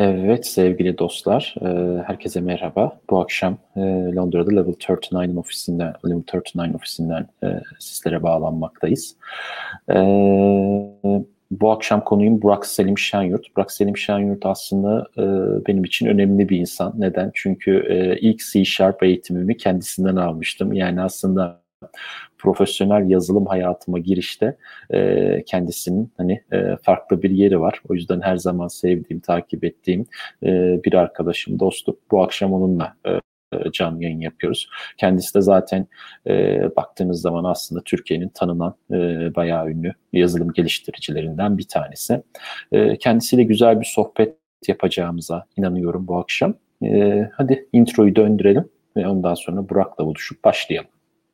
Evet sevgili dostlar, herkese merhaba. Bu akşam Londra'da Level 39 ofisinden sizlere bağlanmaktayız. E, Bu akşam konuğum Burak Selim Şenyurt. Burak Selim Şenyurt aslında benim için önemli bir insan. Neden? Çünkü ilk C Sharp eğitimimi kendisinden almıştım. Yani aslında profesyonel yazılım hayatıma girişte kendisinin hani farklı bir yeri var. O yüzden her zaman sevdiğim, takip ettiğim bir arkadaşım, dostum. Bu akşam onunla canlı yayın yapıyoruz. Kendisi de zaten baktığınız zaman aslında Türkiye'nin tanınan bayağı ünlü yazılım geliştiricilerinden bir tanesi. Kendisiyle güzel bir sohbet yapacağımıza inanıyorum bu akşam. Hadi introyu döndürelim ve ondan sonra Burak'la buluşup başlayalım.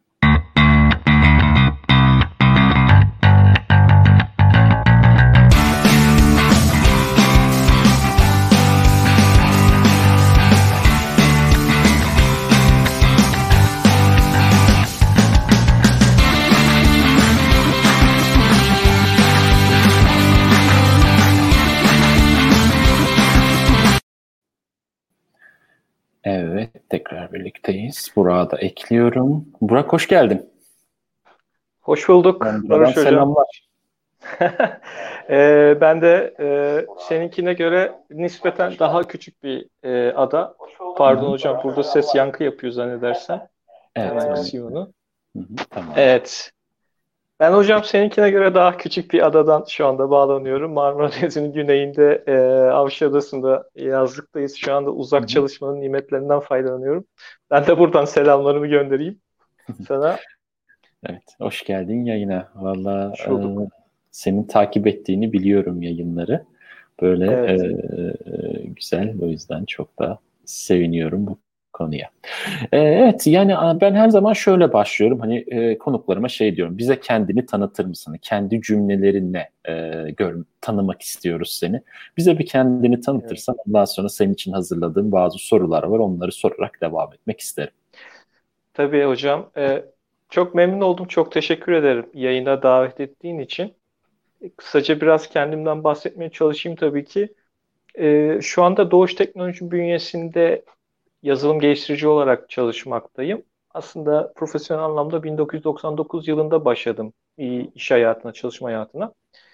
Evet, tekrar birlikteyiz. Burak'ı da ekliyorum. Burak hoş geldin. Hoş bulduk Londra'dan Barış Hocam. selamlar. Ben de seninkine göre nispeten daha küçük bir ada. Hı Pardon hı. hocam, burada ses yankı yapıyor zannedersem. Evet, Hemen anladım. kısayım onu. Hı hı, tamam. Evet. Ben hocam seninkine göre daha küçük bir adadan şu anda bağlanıyorum. Marmara Denizi'nin güneyinde Avşa Adası'nda yazlıktayız. Şu anda Hı uzak hı. çalışmanın nimetlerinden faydalanıyorum. Ben de buradan selamlarımı göndereyim sana. Evet, hoş geldin yayına. Valla Hoş bulduk. senin takip ettiğini biliyorum yayınları. Böyle Evet. güzel. O yüzden çok da seviniyorum bu konuya. Evet, yani ben her zaman şöyle başlıyorum. Hani konuklarıma şey diyorum. Bize kendini tanıtır mısın? Kendi cümlelerinle tanımak istiyoruz seni. Bize bir kendini Evet. tanıtırsan ondan sonra senin için hazırladığım bazı sorular var. Onları sorarak devam etmek isterim. Tabii hocam. Çok memnun oldum. Çok teşekkür ederim yayına davet ettiğin için. Kısaca biraz kendimden bahsetmeye çalışayım tabii ki. Şu anda Doğuş Teknoloji bünyesinde yazılım geliştirici olarak çalışmaktayım. Aslında profesyonel anlamda 1999 yılında başladım iş hayatına, çalışma hayatına.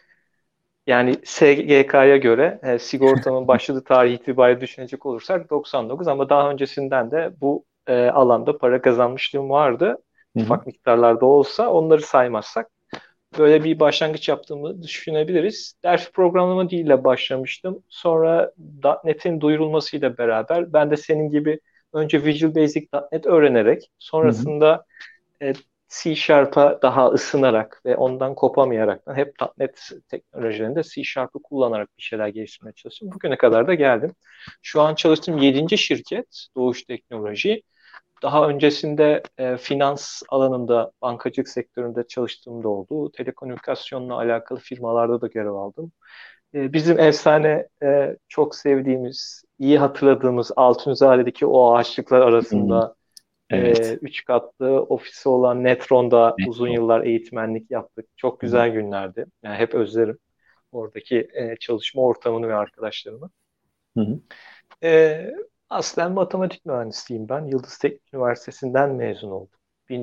Yani SGK'ya göre sigortamın başladığı tarih itibariyle düşünecek olursak 99, ama daha öncesinden de bu alanda para kazanmışlığım vardı. Hı hı. Ufak miktarlarda olsa, onları saymazsak böyle bir başlangıç yaptığımı düşünebiliriz. Ders programlama diliyle başlamıştım. Sonra .NET'in duyurulmasıyla beraber ben de senin gibi önce Visual Basic .NET öğrenerek Hı hı. sonrasında e, C Sharp'a daha ısınarak ve ondan kopamayarak hep .NET teknolojilerinde C Sharp'ı kullanarak bir şeyler geliştirmeye çalıştım. Bugüne kadar da geldim. Şu an çalıştığım 7. şirket Doğuş Teknoloji. Daha öncesinde finans alanında, bankacılık sektöründe çalıştığım da oldu. Telekomünikasyonla alakalı firmalarda da görev aldım. Bizim efsane, çok sevdiğimiz, iyi hatırladığımız Altunizade'deki o ağaçlıklar Hı. arasında Evet. 3 katlı ofisi olan Netron'da uzun Metro. yıllar eğitmenlik yaptık. Çok Hı hı. güzel günlerdi. Yani hep özlerim oradaki çalışma ortamını ve arkadaşlarımı. Hı hı. Ee, Aslen matematik mühendisiyim ben. Yıldız Teknik Üniversitesi'nden mezun oldum.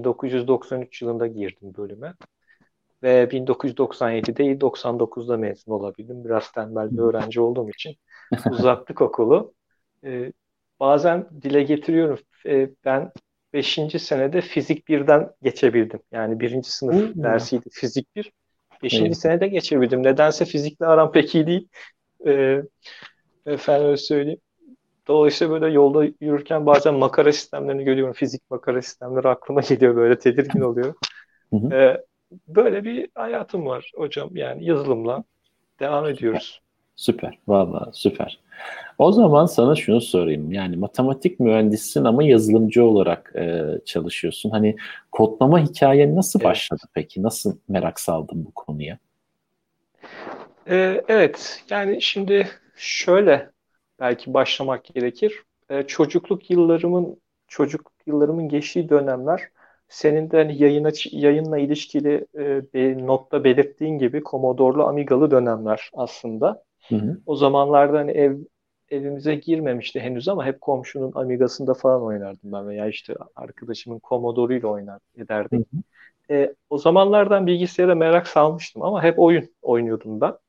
1993 yılında girdim bölüme ve 1997 değil 99'da mezun olabildim. Biraz tembel Hı bir hı. öğrenci olduğum için uzattık okulu. Ee, Bazen dile getiriyorum. Ben 5. senede fizik birden geçebildim. Yani birinci sınıf Oo. dersiydi fizik bir. Beşinci Eyvah. senede geçebildim. Nedense fizikle aram pek iyi değil. Ee, Efendim öyle söyleyeyim. Dolayısıyla böyle yolda yürürken bazen makara sistemlerini görüyorum. Fizik makara sistemleri aklıma geliyor, böyle tedirgin oluyor. Hı hı. Ee, Böyle bir hayatım var hocam. Yani yazılımla devam Süper. ediyoruz. Süper. Vallahi süper. O zaman sana şunu sorayım. Yani matematik mühendisisin ama yazılımcı olarak çalışıyorsun. Hani kodlama hikayen nasıl Evet. başladı peki? Nasıl merak saldın bu konuya? Evet. Yani şimdi şöyle belki başlamak gerekir. Çocukluk yıllarımın geçtiği dönemler, senin de hani yayınla ilişkili bir notta belirttiğin gibi Commodore'lu Amiga'lı dönemler aslında. Hı hı. O zamanlarda hani evimize girmemişti henüz ama hep komşunun Amiga'sında falan oynardım ben veya işte arkadaşımın Commodore'uyla oynar Hı ederdik. hı. O zamanlardan bilgisayara merak salmıştım ama hep oyun oynuyordum ben.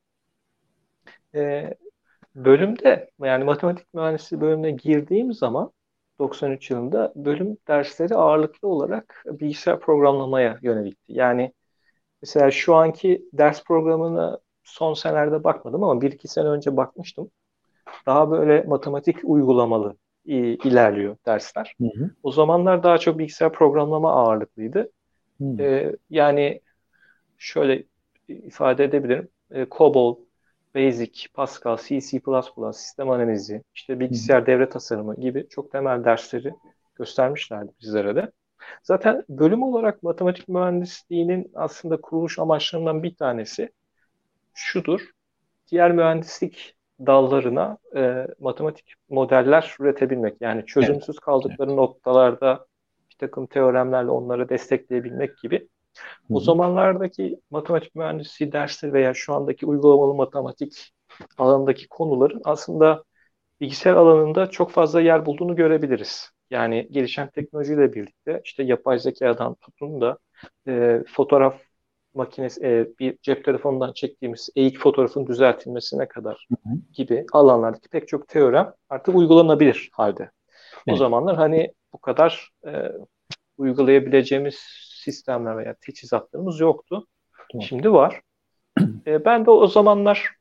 E, Bölümde yani matematik mühendisliği bölümüne girdiğim zaman 93 yılında bölüm dersleri ağırlıklı olarak bilgisayar programlamaya yönelikti. Yani mesela şu anki ders programına son senelerde bakmadım ama bir iki sene önce bakmıştım. Daha böyle matematik uygulamalı ilerliyor dersler. Hı hı. O zamanlar daha çok bilgisayar programlama ağırlıklıydı. Hı Yani şöyle ifade edebilirim. COBOL, Basic, Pascal, C, C++, sistem analizi, işte hı. bilgisayar devre tasarımı gibi çok temel dersleri göstermişlerdi bizlere de. Zaten bölüm olarak matematik mühendisliğinin aslında kuruluş amaçlarından bir tanesi şudur. Diğer mühendislik dallarına matematik modeller üretebilmek. Yani Evet. çözümsüz Evet. kaldıkları noktalarda bir takım teoremlerle onları destekleyebilmek gibi. Hı O hı. zamanlardaki matematik mühendisliği dersleri veya şu andaki uygulamalı matematik alanındaki konuların aslında bilgisayar alanında çok fazla yer bulduğunu görebiliriz. Yani gelişen teknolojiyle birlikte işte yapay zekadan tutun da fotoğraf makinesi, bir cep telefonundan çektiğimiz eğik fotoğrafın düzeltilmesine kadar Hı hı. gibi alanlardaki pek çok teorem artık uygulanabilir halde. O Evet. zamanlar hani bu kadar uygulayabileceğimiz sistemler veya teçhizatlarımız yoktu. Doğru. Şimdi var. Ben de o zamanlar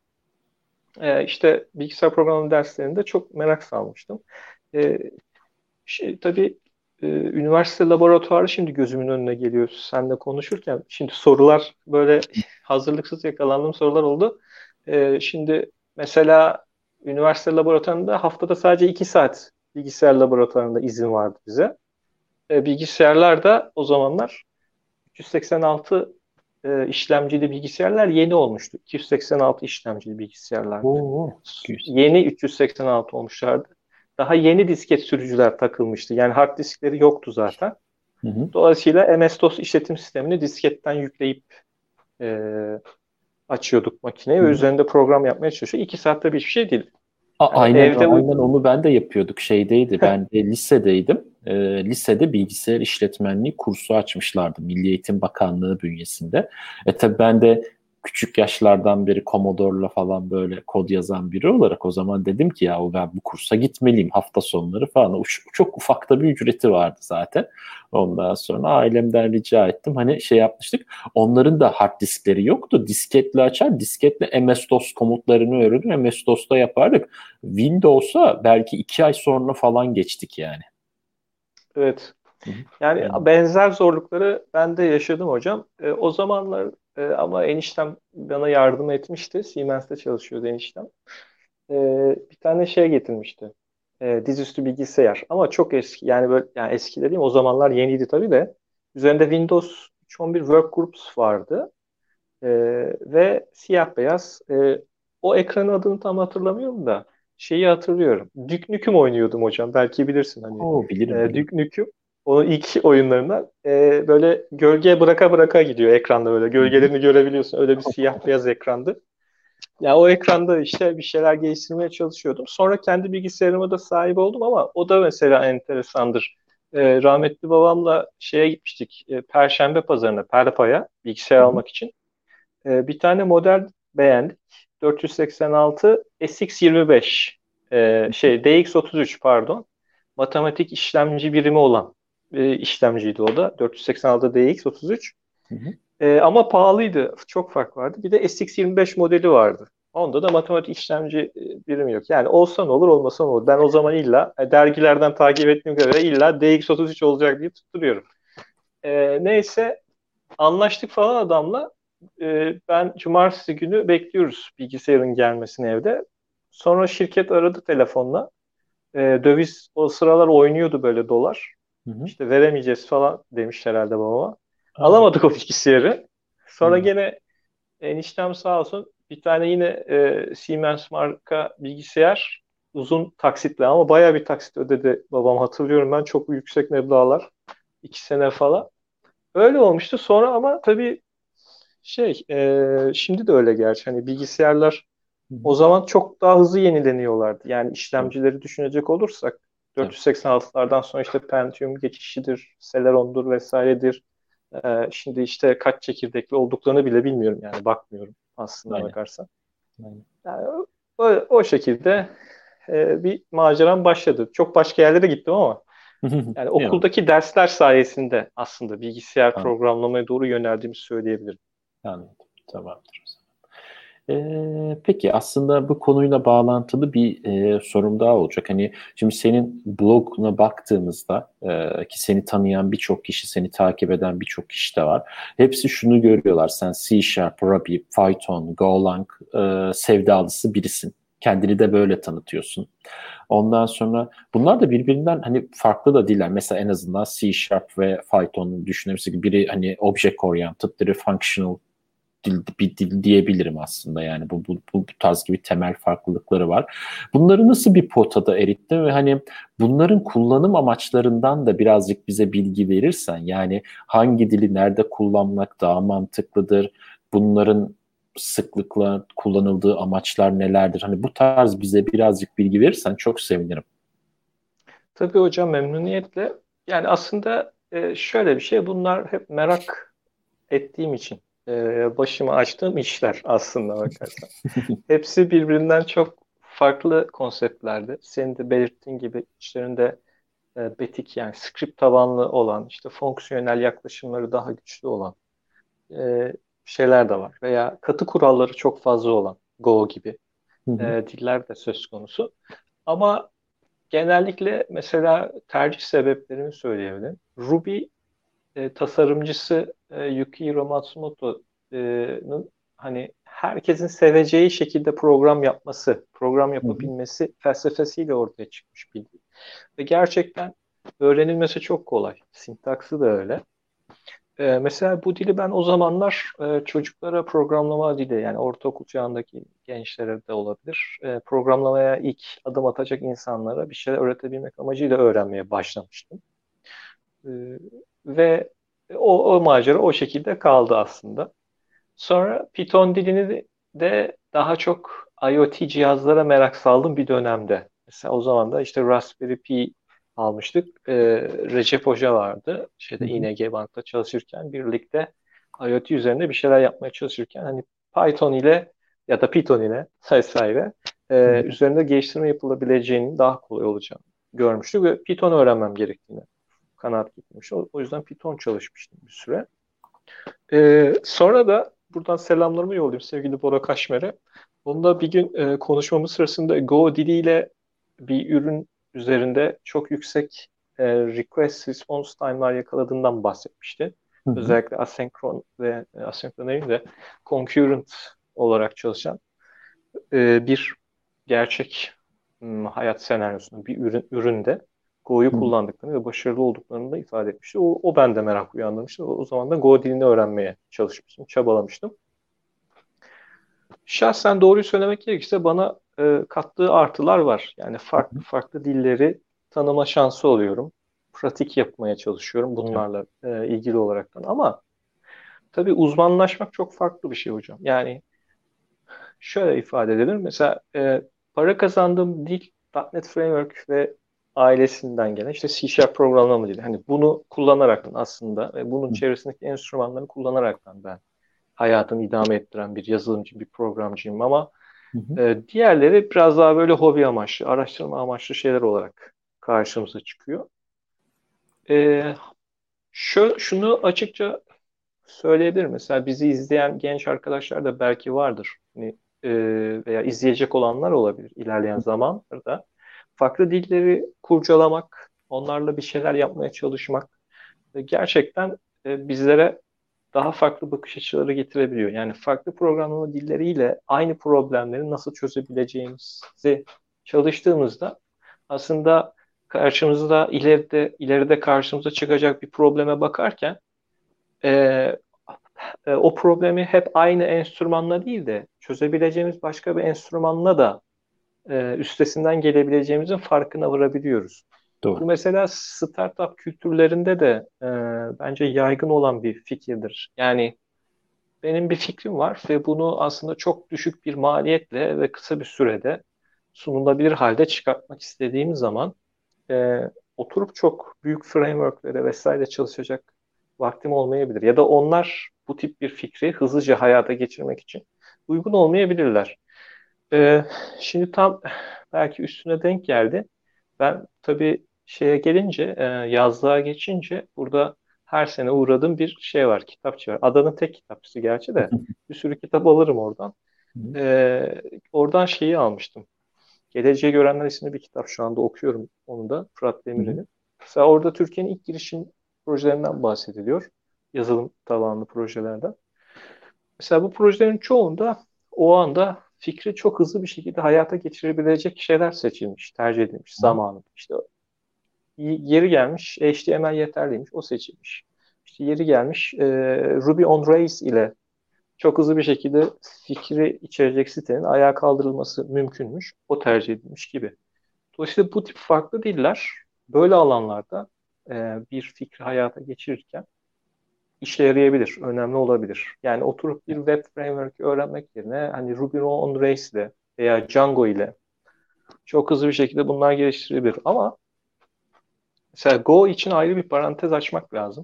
işte bilgisayar programlama derslerinde çok merak salmıştım. E, tabii üniversite laboratuvarı şimdi gözümün önüne geliyor seninle konuşurken. Şimdi sorular böyle hazırlıksız yakalandığım sorular oldu. Şimdi mesela üniversite laboratuvarında haftada sadece 2 saat bilgisayar laboratuvarında izin vardı bize. Bilgisayarlar da o zamanlar 386 işlemcili bilgisayarlar yeni olmuştu. 286 işlemcili bilgisayarlardı. Oo. 200. Yeni 386 olmuşlardı. Daha yeni disket sürücüler takılmıştı. Yani hard diskleri yoktu zaten. Hı hı. Dolayısıyla MS-DOS işletim sistemini disketten yükleyip e, açıyorduk makineyi Hı ve hı. üzerinde program yapmaya çalışıyor. 2 saatte bir şey değil. Yani Aynen evde aynen onu ben de yapıyorduk. Şeydeydi. Ben de lisedeydim. Lisede bilgisayar işletmenliği kursu açmışlardı Milli Eğitim Bakanlığı bünyesinde. Tabii ben de küçük yaşlardan beri Commodore'la falan böyle kod yazan biri olarak o zaman dedim ki ya ben bu kursa gitmeliyim hafta sonları falan. Çok ufakta bir ücreti vardı zaten. Ondan sonra ailemden rica ettim. Hani şey yapmıştık. Onların da hard diskleri yoktu. Disketle açar, disketle MS-DOS komutlarını öğrenir. MS-DOS'ta yapardık. Windows'a belki 2 ay sonra falan geçtik yani. evet. Hı hı. Yani Yani, benzer zorlukları ben de yaşadım hocam. O zamanlar ama eniştem bana yardım etmişti. Siemens'te çalışıyordu eniştem. Bir tane şey getirmişti. Dizüstü bilgisayar ama çok eski. Yani böyle yani eski dediğim o zamanlar yeniydi tabii de. Üzerinde Windows 3.11 Workgroups vardı. E, Ve siyah beyaz. O ekranın adını tam hatırlamıyorum da şeyi hatırlıyorum. Duke Nukem oynuyordum hocam. Belki bilirsin hani. bilirim bilirim. Duke Nukem. Onun ilk oyunlarından böyle gölge bıraka bıraka gidiyor ekranda böyle. Hı hı. Gölgelerini görebiliyorsun. Öyle bir siyah beyaz ekrandı. Ya o ekranda işte bir şeyler geliştirmeye çalışıyordum. Sonra kendi bilgisayarıma da sahip oldum ama o da mesela enteresandır. Rahmetli babamla şeye gitmiştik. Perşembe pazarına, Perpa'ya bilgisayar Hı hı. almak için. Bir tane model beğendik. 486 SX25. DX33 pardon. Matematik işlemci birimi olan işlemciydi o da. 486 DX33. Hı hı. Ama pahalıydı. Çok fark vardı. Bir de SX25 modeli vardı. Onda da matematik işlemci birimi yok. Yani olsa ne olur, olmasa ne olur. Ben o zaman illa dergilerden takip ettiğim kadarıyla illa DX33 olacak diye tutturuyorum. Neyse anlaştık falan adamla. Ben cumartesi günü bekliyoruz bilgisayarın gelmesini evde. Sonra şirket aradı telefonla. Döviz o sıralar oynuyordu böyle dolar. Hı hı. İşte veremeyeceğiz falan demiş herhalde babama. Aa. Alamadık o bilgisayarı. Sonra Hı. gene eniştem sağ olsun bir tane yine Siemens marka bilgisayar uzun taksitle ama bayağı bir taksit ödedi babam hatırlıyorum ben çok yüksek meblağlar 2 sene falan. Öyle olmuştu sonra ama tabii şimdi de öyle gerçi hani bilgisayarlar Hı hı. O zaman çok daha hızlı yenileniyorlardı. Yani Evet, işlemcileri düşünecek olursak tabii. 486'lardan sonra işte Pentium geçişidir, Celeron'dur vesairedir. Şimdi işte kaç çekirdekli olduklarını bile bilmiyorum yani bakmıyorum aslında Aynen. bakarsan. Aynen. Yani o şekilde bir maceram başladı. Çok başka yerlere gittim ama yani Yok. okuldaki dersler sayesinde aslında bilgisayar Anladım. programlamaya doğru yöneldiğimi söyleyebilirim. Anladım. Tamamdır. Peki aslında bu konuyla bağlantılı bir sorum daha olacak. Hani şimdi senin bloguna baktığımızda ki seni tanıyan birçok kişi, seni takip eden birçok kişi de var. Hepsi şunu görüyorlar. Sen C Sharp, Ruby, Python, Golang sevdalısı birisin. Kendini de böyle tanıtıyorsun. Ondan sonra bunlar da birbirinden hani farklı da diller. Mesela en azından C Sharp ve Python'u düşünürsek biri hani object oriented, biri functional bir dil diyebilirim aslında yani bu tarz gibi temel farklılıkları var. Bunları nasıl bir potada erittin ve hani bunların kullanım amaçlarından da birazcık bize bilgi verirsen yani hangi dili nerede kullanmak daha mantıklıdır? Bunların sıklıkla kullanıldığı amaçlar nelerdir? Hani bu tarz bize birazcık bilgi verirsen çok sevinirim. Tabii hocam memnuniyetle. Yani aslında şöyle bir şey bunlar hep merak ettiğim için başıma açtığım işler aslında bakarsan. Hepsi birbirinden çok farklı konseptlerde. Senin de belirttiğin gibi içlerinde betik yani script tabanlı olan işte fonksiyonel yaklaşımları daha güçlü olan e, şeyler de var. Veya katı kuralları çok fazla olan Go gibi Hı hı, diller de söz konusu. Ama genellikle mesela tercih sebeplerimi söyleyebilirim. Ruby tasarımcısı Yukihiro Matsumoto'nun hani herkesin seveceği şekilde program yapması, program hı hı, yapabilmesi felsefesiyle ortaya çıkmış bir dil. Ve gerçekten öğrenilmesi çok kolay. Sintaksı da öyle. Mesela bu dili ben o zamanlar çocuklara programlama dili yani ortaokul çağındaki gençlere de olabilir. Programlamaya ilk adım atacak insanlara bir şeyler öğretebilmek amacıyla öğrenmeye başlamıştım. E, ve o macera o şekilde kaldı aslında. Sonra Python dilini de daha çok IoT cihazlara merak saldım bir dönemde. Mesela o zaman da işte Raspberry Pi almıştık. Recep Hoca vardı. hı hı, İNG Bank'ta çalışırken birlikte IoT üzerinde bir şeyler yapmaya çalışırken hani Python ile ya da Python ile vesaire hı hı. üzerinde geliştirme yapılabileceğinin daha kolay olacağını görmüştük ve Python öğrenmem gerektiğini kanaat getirmiş. O yüzden Python çalışmıştım bir süre. Sonra da buradan selamlarımı yollayayım sevgili Bora Kaşmer'e. Onunla bir gün konuşmamız sırasında Go diliyle bir ürün üzerinde çok yüksek request response time'lar yakaladığından bahsetmişti. Hı hı. Özellikle asenkron ve asenkron değil de concurrent olarak çalışan bir gerçek hayat senaryosunda bir üründe Go'yu Hı hı. kullandıklarını ve başarılı olduklarını da ifade etmişti. O bende merak uyandırmıştı. O zaman da Go dilini öğrenmeye çalışmıştım, çabalamıştım. Şahsen doğruyu söylemek gerekirse bana kattığı artılar var. Yani farklı farklı dilleri tanıma şansı oluyorum. Pratik yapmaya çalışıyorum Evet. bunlarla ilgili olaraktan. Ama tabii uzmanlaşmak çok farklı bir şey hocam. Yani şöyle ifade edelim. Mesela para kazandığım dil .NET Framework ve ailesinden gelen işte C Sharp programlama dili. Hani bunu kullanaraktan aslında ve bunun Hı çevresindeki enstrümanları kullanaraktan ben hayatımı idame ettiren bir yazılımcı, bir programcıyım ama hı. diğerleri biraz daha böyle hobi amaçlı, araştırma amaçlı şeyler olarak karşımıza çıkıyor. E, şunu açıkça söyleyebilirim. Mesela bizi izleyen genç arkadaşlar da belki vardır. Hani, veya izleyecek olanlar olabilir ilerleyen zamanlarda. Farklı dilleri kurcalamak, onlarla bir şeyler yapmaya çalışmak gerçekten bizlere daha farklı bakış açıları getirebiliyor. Yani farklı programlama dilleriyle aynı problemleri nasıl çözebileceğimizi çalıştığımızda aslında karşımızda ileride karşımıza çıkacak bir probleme bakarken e, o problemi hep aynı enstrümanla değil de çözebileceğimiz başka bir enstrümanla da üstesinden gelebileceğimizin farkına varabiliyoruz. Bu Doğru. mesela startup kültürlerinde de bence yaygın olan bir fikirdir. Yani benim bir fikrim var ve bunu aslında çok düşük bir maliyetle ve kısa bir sürede sunulabilir halde çıkartmak istediğim zaman e, oturup çok büyük frameworklere vesaire çalışacak vaktim olmayabilir. Ya da onlar bu tip bir fikri hızlıca hayata geçirmek için uygun olmayabilirler. E, Şimdi tam belki üstüne denk geldi. Ben tabii şeye gelince, yazlığa geçince burada her sene uğradığım bir şey var, kitapçı var. Adanın tek kitapçısı gerçi de. Bir sürü kitap alırım oradan. Hı Oradan şeyi almıştım. Geleceği Görenler isimli bir kitap şu anda okuyorum onu da. Fırat hı. Demirel'in. Mesela orada Türkiye'nin ilk girişim projelerinden bahsediliyor. Yazılım tabanlı projelerden. Mesela bu projelerin çoğunda o anda fikri çok hızlı bir şekilde hayata geçirebilecek şeyler seçilmiş, tercih edilmiş Hı zamanında. İşte yeri gelmiş HTML yeterliymiş, o seçilmiş. İşte yeri gelmiş Ruby on Rails ile çok hızlı bir şekilde fikri içerecek sitenin ayağa kaldırılması mümkünmüş, o tercih edilmiş gibi. Dolayısıyla bu tip farklı diller böyle alanlarda bir fikri hayata geçirirken işe yarayabilir, önemli olabilir. Yani oturup bir web framework öğrenmek yerine hani Ruby on Rails ile veya Django ile çok hızlı bir şekilde bunlar geliştirilebilir. Ama mesela Go için ayrı bir parantez açmak lazım.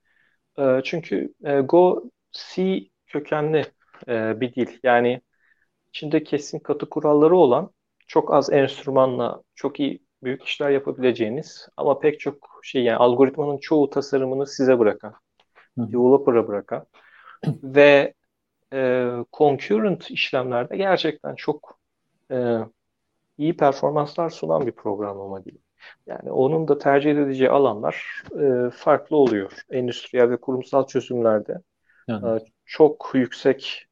Çünkü Go C kökenli bir dil. Yani içinde kesin katı kuralları olan, çok az enstrümanla çok iyi büyük işler yapabileceğiniz ama pek çok şey, yani algoritmanın çoğu tasarımını size bırakan, hı. developer'a bırakan ve concurrent işlemlerde gerçekten çok e, iyi performanslar sunan bir programlama dili. Yani onun da tercih edileceği alanlar farklı oluyor. Endüstriyel ve kurumsal çözümlerde Yani. çok yüksek,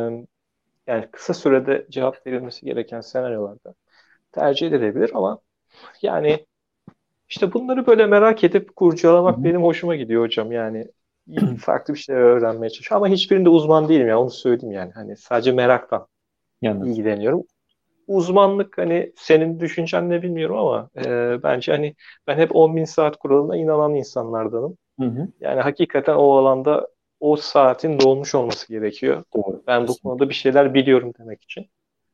yani kısa sürede cevap verilmesi gereken senaryolarda tercih edilebilir ama yani işte bunları böyle merak edip Hı kurcalamak hı. benim hoşuma gidiyor hocam. Yani farklı bir şey öğrenmeye çalışıyorum ama hiçbirinde uzman değilim ya, onu söyleyeyim yani. Hani sadece meraktan Yani. ilgileniyorum. Uzmanlık, hani senin düşüncen ne bilmiyorum ama bence hani ben hep 10 bin saat kuralına inanan insanlardanım. Hı hı. Yani hakikaten o alanda o saatin dolmuş olması gerekiyor. Doğru. Ben bu Kesinlikle. konuda bir şeyler biliyorum demek için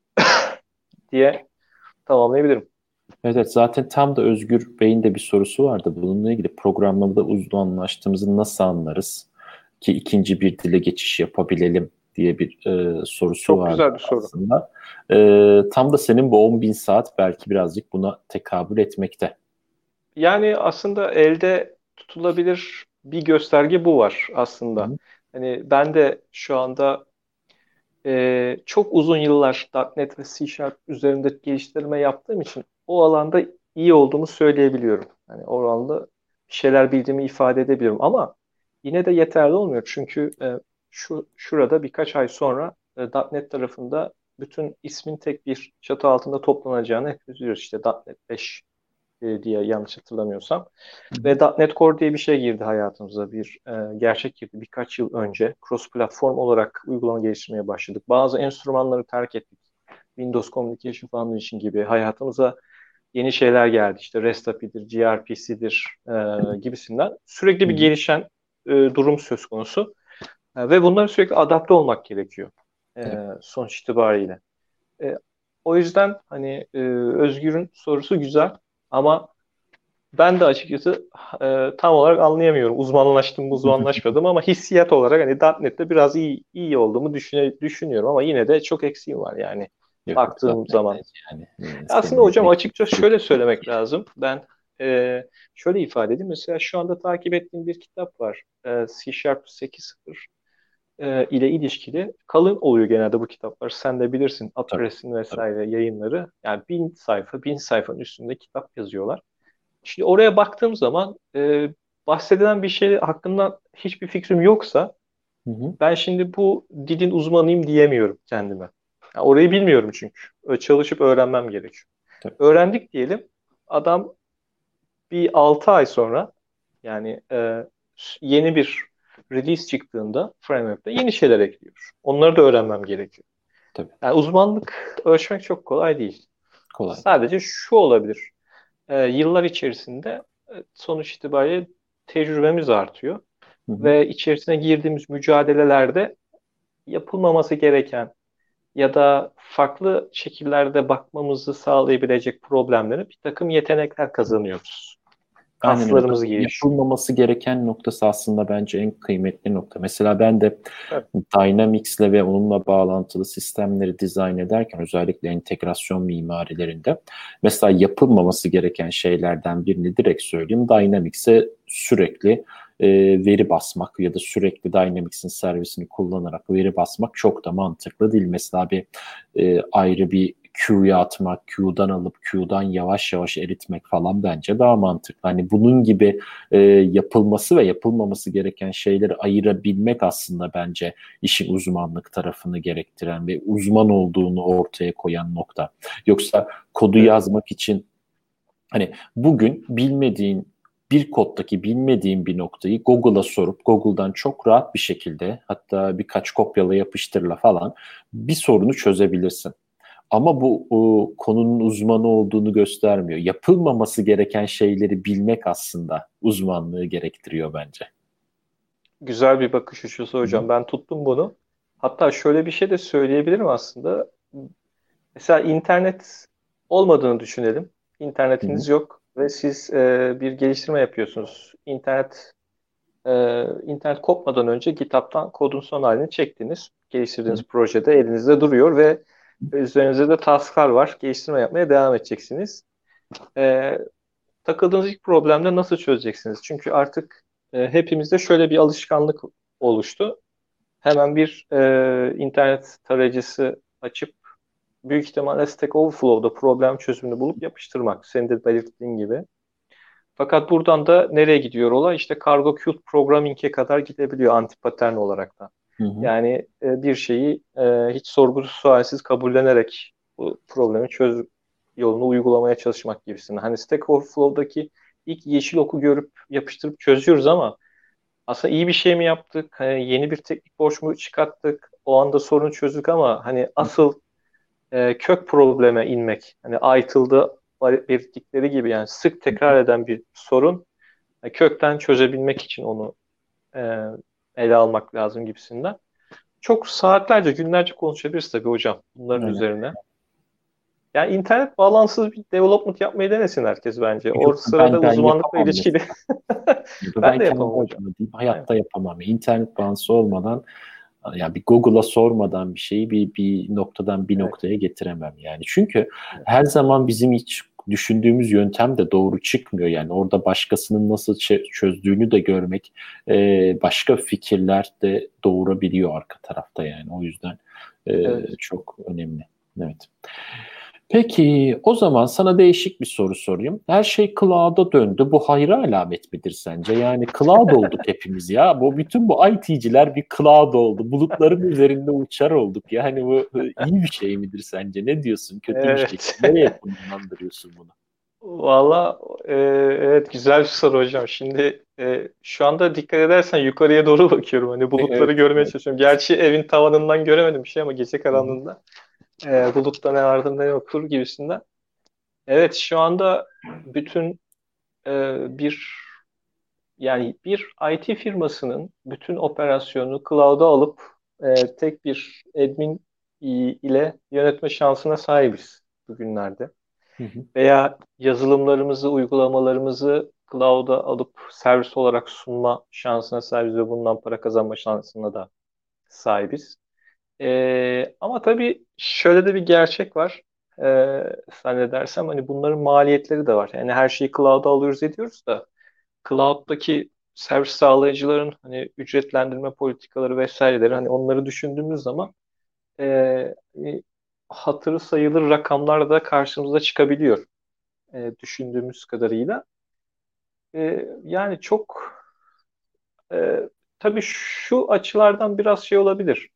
diye tamamlayabilirim. Evet, evet, zaten tam da Özgür Bey'in de bir sorusu vardı. Bununla ilgili programlamada uzmanlaştığımızı nasıl anlarız ki ikinci bir dile geçiş yapabilelim diye bir sorusu Çok vardı güzel bir soru. aslında. Tam da senin bu 10 bin saat belki birazcık buna tekabül etmekte. Yani aslında elde tutulabilir bir gösterge bu var Hı aslında. hı. Hani ben de şu anda çok uzun yıllar .NET ve C Sharp üzerinde geliştirme yaptığım için o alanda iyi olduğumu söyleyebiliyorum. Hani o alanda bir şeyler bildiğimi ifade edebiliyorum ama yine de yeterli olmuyor. Çünkü şurada birkaç ay sonra .NET tarafında bütün ismin tek bir çatı altında toplanacağını hepimiz biliyoruz. İşte .NET 5 diye, yanlış hatırlamıyorsam. Hı Ve hı. .NET Core diye bir şey girdi hayatımıza. Bir gerçek girdi birkaç yıl önce. Cross platform olarak uygulama geliştirmeye başladık. Bazı enstrümanları terk ettik. Windows Communication Foundation gibi hayatımıza yeni şeyler geldi. İşte REST API'dir, gRPC'dir gibisinden. Sürekli Hı bir hı. gelişen durum söz konusu. Ve bunlara sürekli adapte olmak gerekiyor Evet. sonuç itibariyle. E, O yüzden hani Özgür'ün sorusu güzel ama ben de açıkçası tam olarak anlayamıyorum. Uzmanlaştım mı, uzmanlaşmadım ama hissiyat olarak hani .NET'te biraz iyi olduğumu düşünüyorum ama yine de çok eksiğim var yani Yok, yok, baktığım zaman. .NET'teyiz yani. Aslında Senin hocam emeğin açıkça şöyle sürüp. söylemek lazım. Ben şöyle ifade edeyim. Mesela şu anda takip ettiğim bir kitap var. C Sharp 8.0 ile ilişkili. Kalın oluyor genelde bu kitaplar. Sen de bilirsin, Tabii, Apres'in tabii. vesaire yayınları. Yani 1000 sayfa, 1000 sayfanın üstünde kitap yazıyorlar. Şimdi oraya baktığım zaman bahsedilen bir şey hakkında hiçbir fikrim yoksa Hı hı. ben şimdi bu dilin uzmanıyım diyemiyorum kendime. Yani orayı bilmiyorum çünkü. Çalışıp öğrenmem gerekiyor. Tabii. Öğrendik diyelim. Adam bir 6 ay sonra, yani yeni bir release çıktığında framework'te yeni şeyler ekliyor. Onları da öğrenmem gerekiyor. Tabii. Yani uzmanlık ölçmek çok kolay değil. Kolay değil. Sadece şu olabilir. Yıllar içerisinde sonuç itibariyle tecrübemiz artıyor Hı hı. ve içerisine girdiğimiz mücadelelerde yapılmaması gereken ya da farklı şekillerde bakmamızı sağlayabilecek problemlere bir takım yetenekler kazanıyoruz. Aynen öyle. Kaslarımız gelişiyor. Yapılmaması gereken noktası aslında bence en kıymetli nokta. Mesela ben de Tabii. Dynamics'le ve onunla bağlantılı sistemleri dizayn ederken özellikle entegrasyon mimarilerinde mesela yapılmaması gereken şeylerden birini direkt söyleyeyim. Dynamics'e sürekli veri basmak ya da sürekli Dynamics'in servisini kullanarak veri basmak çok da mantıklı değil. Mesela ayrı bir Q'ya atmak, Q'dan alıp Q'dan yavaş yavaş eritmek falan bence daha mantıklı. Hani bunun gibi yapılması ve yapılmaması gereken şeyleri ayırabilmek aslında bence işin uzmanlık tarafını gerektiren ve uzman olduğunu ortaya koyan nokta. Yoksa kodu Evet. yazmak için hani bugün bir koddaki bilmediğin bir noktayı Google'a sorup Google'dan çok rahat bir şekilde hatta birkaç kopyala yapıştırla falan bir sorunu çözebilirsin. Ama bu konunun uzmanı olduğunu göstermiyor. Yapılmaması gereken şeyleri bilmek aslında uzmanlığı gerektiriyor bence. Güzel bir bakış açısı Hı hı. hocam. Ben tuttum bunu. Hatta şöyle bir şey de söyleyebilirim aslında. Mesela internet olmadığını düşünelim. Hı hı. İnternetiniz yok ve siz bir geliştirme yapıyorsunuz. İnternet kopmadan önce GitHub'tan kodun son halini çektiniz. Hı Geliştirdiğiniz hı. projede elinizde duruyor ve üzerinizde de tasklar var. Geliştirme yapmaya devam edeceksiniz. E, Takıldığınız ilk problemde nasıl çözeceksiniz? Çünkü artık hepimizde şöyle bir alışkanlık oluştu. Hemen bir internet tarayıcısı açıp büyük ihtimalle Stack Overflow'da problem çözümünü bulup yapıştırmak. Senin de belirttiğin gibi. Fakat buradan da nereye gidiyor olay? İşte Cargo Cute Programming'e kadar gidebiliyor anti-patern olarak da. Hı hı. Yani bir şeyi hiç sorgusuz sualsiz kabullenerek bu problemi yolunu uygulamaya çalışmak gibisinden. Hani Stack Overflow'daki ilk yeşil oku görüp yapıştırıp çözüyoruz ama aslında iyi bir şey mi yaptık? Hani yeni bir teknik borç mu çıkarttık? O anda sorunu çözdük ama hani asıl kök probleme inmek. Hani ITIL'da belirttikleri gibi yani sık tekrar eden bir sorun kökten çözebilmek için onu e, ele almak lazım gibisinden. Çok saatlerce, günlerce konuşabiliriz tabii hocam bunların Öyle. üzerine. Yani internet bağlantısız bir development yapmayı denesin herkes bence. O Yok, sırada ben uzmanlıkla yapamam ilişkili. mesela. Ben Ben de kendi yapamam hocam. adıma diyeyim, Aynen. hayatta yapamam. İnternet bağlantısı olmadan ya bir Google'a sormadan bir şeyi bir noktadan bir Evet. noktaya getiremem yani. Çünkü Evet. her zaman bizim hiç düşündüğümüz yöntem de doğru çıkmıyor yani. Orada başkasının nasıl çözdüğünü de görmek başka fikirler de doğurabiliyor arka tarafta yani. O yüzden Evet. çok önemli. Evet. Peki o zaman sana değişik bir soru sorayım. Her şey cloud'a döndü. Bu hayra alamet midir sence? Yani cloud olduk hepimiz ya. Bütün bu IT'ciler bir cloud oldu. Bulutların üzerinde uçar olduk. Yani bu iyi bir şey midir sence? Ne diyorsun? Kötü bir şey. Evet. Nereye konumlandırıyorsun bunu? Valla evet güzel bir soru hocam. Şimdi şu anda dikkat edersen yukarıya doğru bakıyorum. Hani bulutları Evet. görmeye Evet. çalışıyorum. Gerçi evin tavanından göremedim bir şey ama gece Hı hı. karanlığında bulutta ne vardır ne yoktur gibisinden. Evet şu anda bütün bir yani bir IT firmasının bütün operasyonu cloud'a alıp tek bir admin ile yönetme şansına sahibiz bugünlerde. Hı hı. Veya yazılımlarımızı, uygulamalarımızı cloud'a alıp servis olarak sunma şansına sahibiz ve bundan para kazanma şansına da sahibiz. Ama tabii şöyle de bir gerçek var. Zannedersem hani bunların maliyetleri de var. Yani her şeyi cloud'a alıyoruz ediyoruz da cloud'daki servis sağlayıcıların hani ücretlendirme politikaları vesaireleri hani onları düşündüğümüz zaman hani hatırı sayılır rakamlar da karşımıza çıkabiliyor düşündüğümüz kadarıyla. Yani çok tabii şu açılardan biraz şey olabilir.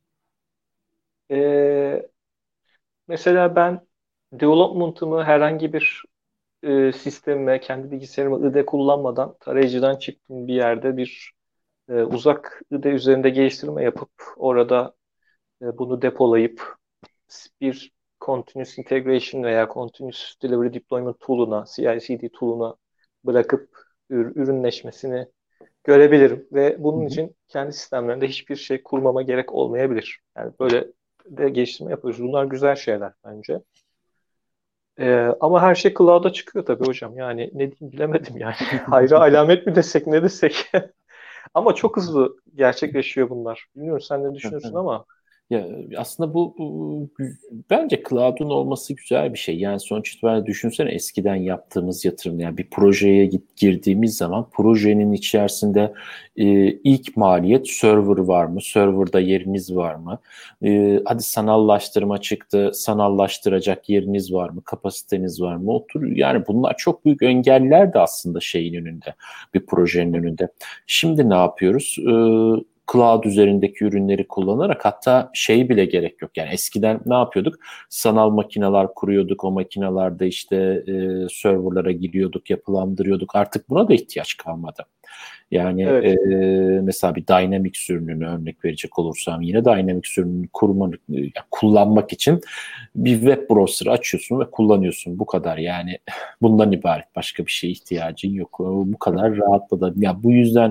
E, Mesela ben development'ımı herhangi bir sistemime, kendi bilgisayarıma IDE kullanmadan tarayıcıdan çıktım bir yerde bir uzak IDE üzerinde geliştirme yapıp orada bunu depolayıp bir Continuous Integration veya Continuous Delivery Deployment tool'una, CI/CD tool'una bırakıp ürünleşmesini görebilirim ve Hı bunun hı. için kendi sistemlerinde hiçbir şey kurmama gerek olmayabilir. Yani böyle de geliştirme yapıyoruz. Bunlar güzel şeyler bence. Ama her şey cloud'a çıkıyor tabii hocam. Yani ne diyeyim bilemedim yani. Hayra alamet mi desek ne desek. Ama çok hızlı gerçekleşiyor bunlar. Bilmiyorum sen ne düşünüyorsun ama. Ya aslında bence cloud'un olması güzel bir şey. Yani sonuç itibariyle düşünsene eskiden yaptığımız yatırım, yani bir projeye girdiğimiz zaman projenin içerisinde ilk maliyet server var mı? Serverda yeriniz var mı? Hadi sanallaştırma çıktı. Sanallaştıracak yeriniz var mı? Kapasiteniz var mı? Yani bunlar çok büyük engeller de aslında şeyin önünde. Bir projenin önünde. Şimdi ne yapıyoruz? Cloud üzerindeki ürünleri kullanarak, hatta şey bile gerek yok. Yani eskiden ne yapıyorduk? Sanal makineler kuruyorduk. O makinelerde işte serverlara giriyorduk, yapılandırıyorduk. Artık buna da ihtiyaç kalmadı. Yani Evet. mesela bir Dynamics ürününü örnek verecek olursam, yine Dynamics ürününü yani kullanmak için bir web browser açıyorsun ve kullanıyorsun. Bu kadar yani, bundan ibaret. Başka bir şeye ihtiyacın yok. Bu kadar rahatladı. Ya bu yüzden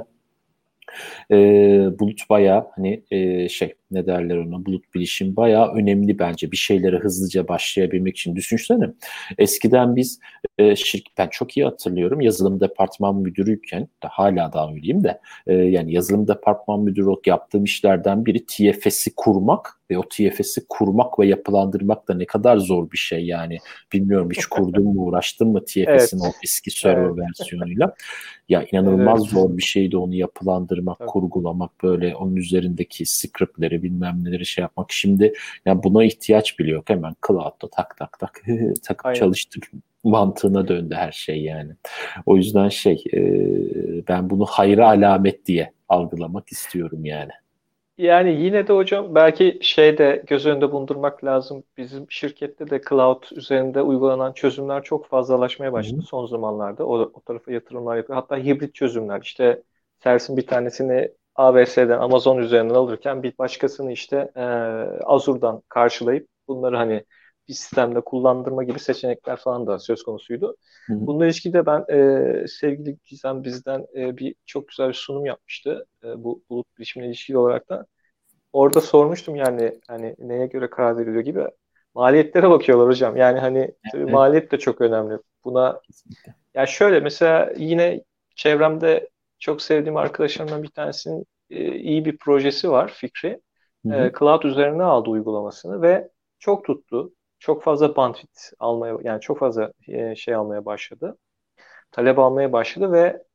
bulut bayağı hani şey, ne derler ona, bulut bilişim bayağı önemli bence bir şeylere hızlıca başlayabilmek için. Düşünsene, eskiden biz ben çok iyi hatırlıyorum, yazılım departman müdürüyken de, hala da öyleyim de, yani yazılım departman müdürü olarak yaptığım işlerden biri TFS'i kurmak ve o TFS'i kurmak ve yapılandırmak da ne kadar zor bir şey yani. Bilmiyorum, hiç kurdun mu, uğraştın mı TFS'in o Evet. eski server Evet. versiyonuyla? Ya inanılmaz Evet. zor bir şeydi onu yapılandırmak, Tabii. kurgulamak, böyle onun üzerindeki scriptleri bilmem neleri şey yapmak. Şimdi ya buna ihtiyaç bile yok. Hemen cloud'da tak tak tak takıp Aynen. çalıştık mantığına döndü her şey yani. O yüzden şey, ben bunu hayra alamet diye algılamak istiyorum yani. Yani yine de hocam belki şey de göz önünde bulundurmak lazım. Bizim şirkette de cloud üzerinde uygulanan çözümler çok fazlalaşmaya Hı başladı hı. son zamanlarda. O tarafa yatırımlar yapıyor. Hatta hibrit çözümler. İşte servisin bir tanesini AWS'den, Amazon üzerinden alırken bir başkasını işte Azure'dan karşılayıp bunları hani bir sistemde kullandırma gibi seçenekler falan da söz konusuydu. Hı hı. Bununla ilgili de ben sevgili Gizem bizden bir çok güzel bir sunum yapmıştı. Bu bulut bilişimle ilişkili olarak da. Orada sormuştum yani hani neye göre karar veriliyor gibi. Maliyetlere bakıyorlar hocam. Yani hani tabii Evet, maliyet de çok önemli. Buna kesinlikle. ya şöyle mesela yine çevremde çok sevdiğim arkadaşlarımdan bir tanesinin iyi bir projesi var Fikri. Hı hı. Cloud üzerine aldı uygulamasını ve çok tuttu. Çok fazla bandwidth almaya yani çok fazla şey almaya başladı. Talep almaya başladı ve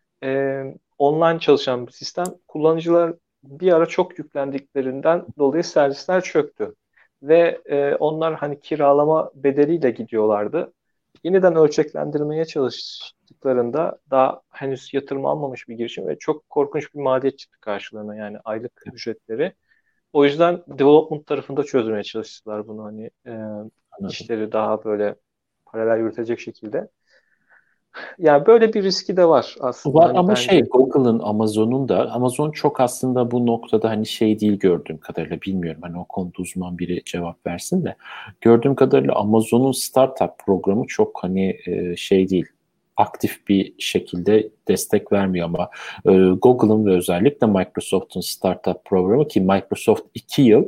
online çalışan bir sistem. Kullanıcılar bir ara çok yüklendiklerinden dolayı servisler çöktü. Ve onlar hani kiralama bedeliyle gidiyorlardı. Yeniden ölçeklendirmeye çalıştıklarında daha henüz yatırım almamış bir girişim ve çok korkunç bir maliyet çıktı karşılarına yani aylık ücretleri. O yüzden development tarafında çözmeye çalıştılar bunu hani Anladım. işleri daha böyle paralel yürütecek şekilde. Yani böyle bir riski de var aslında Var hani ama şey, bence. Google'ın, Amazon'un da, Amazon çok aslında bu noktada hani şey değil gördüğüm kadarıyla, bilmiyorum hani o konuda uzman biri cevap versin de, gördüğüm kadarıyla Amazon'un startup programı çok hani şey değil, aktif bir şekilde destek vermiyor ama Google'ın ve özellikle Microsoft'un startup programı, ki Microsoft 2 yıl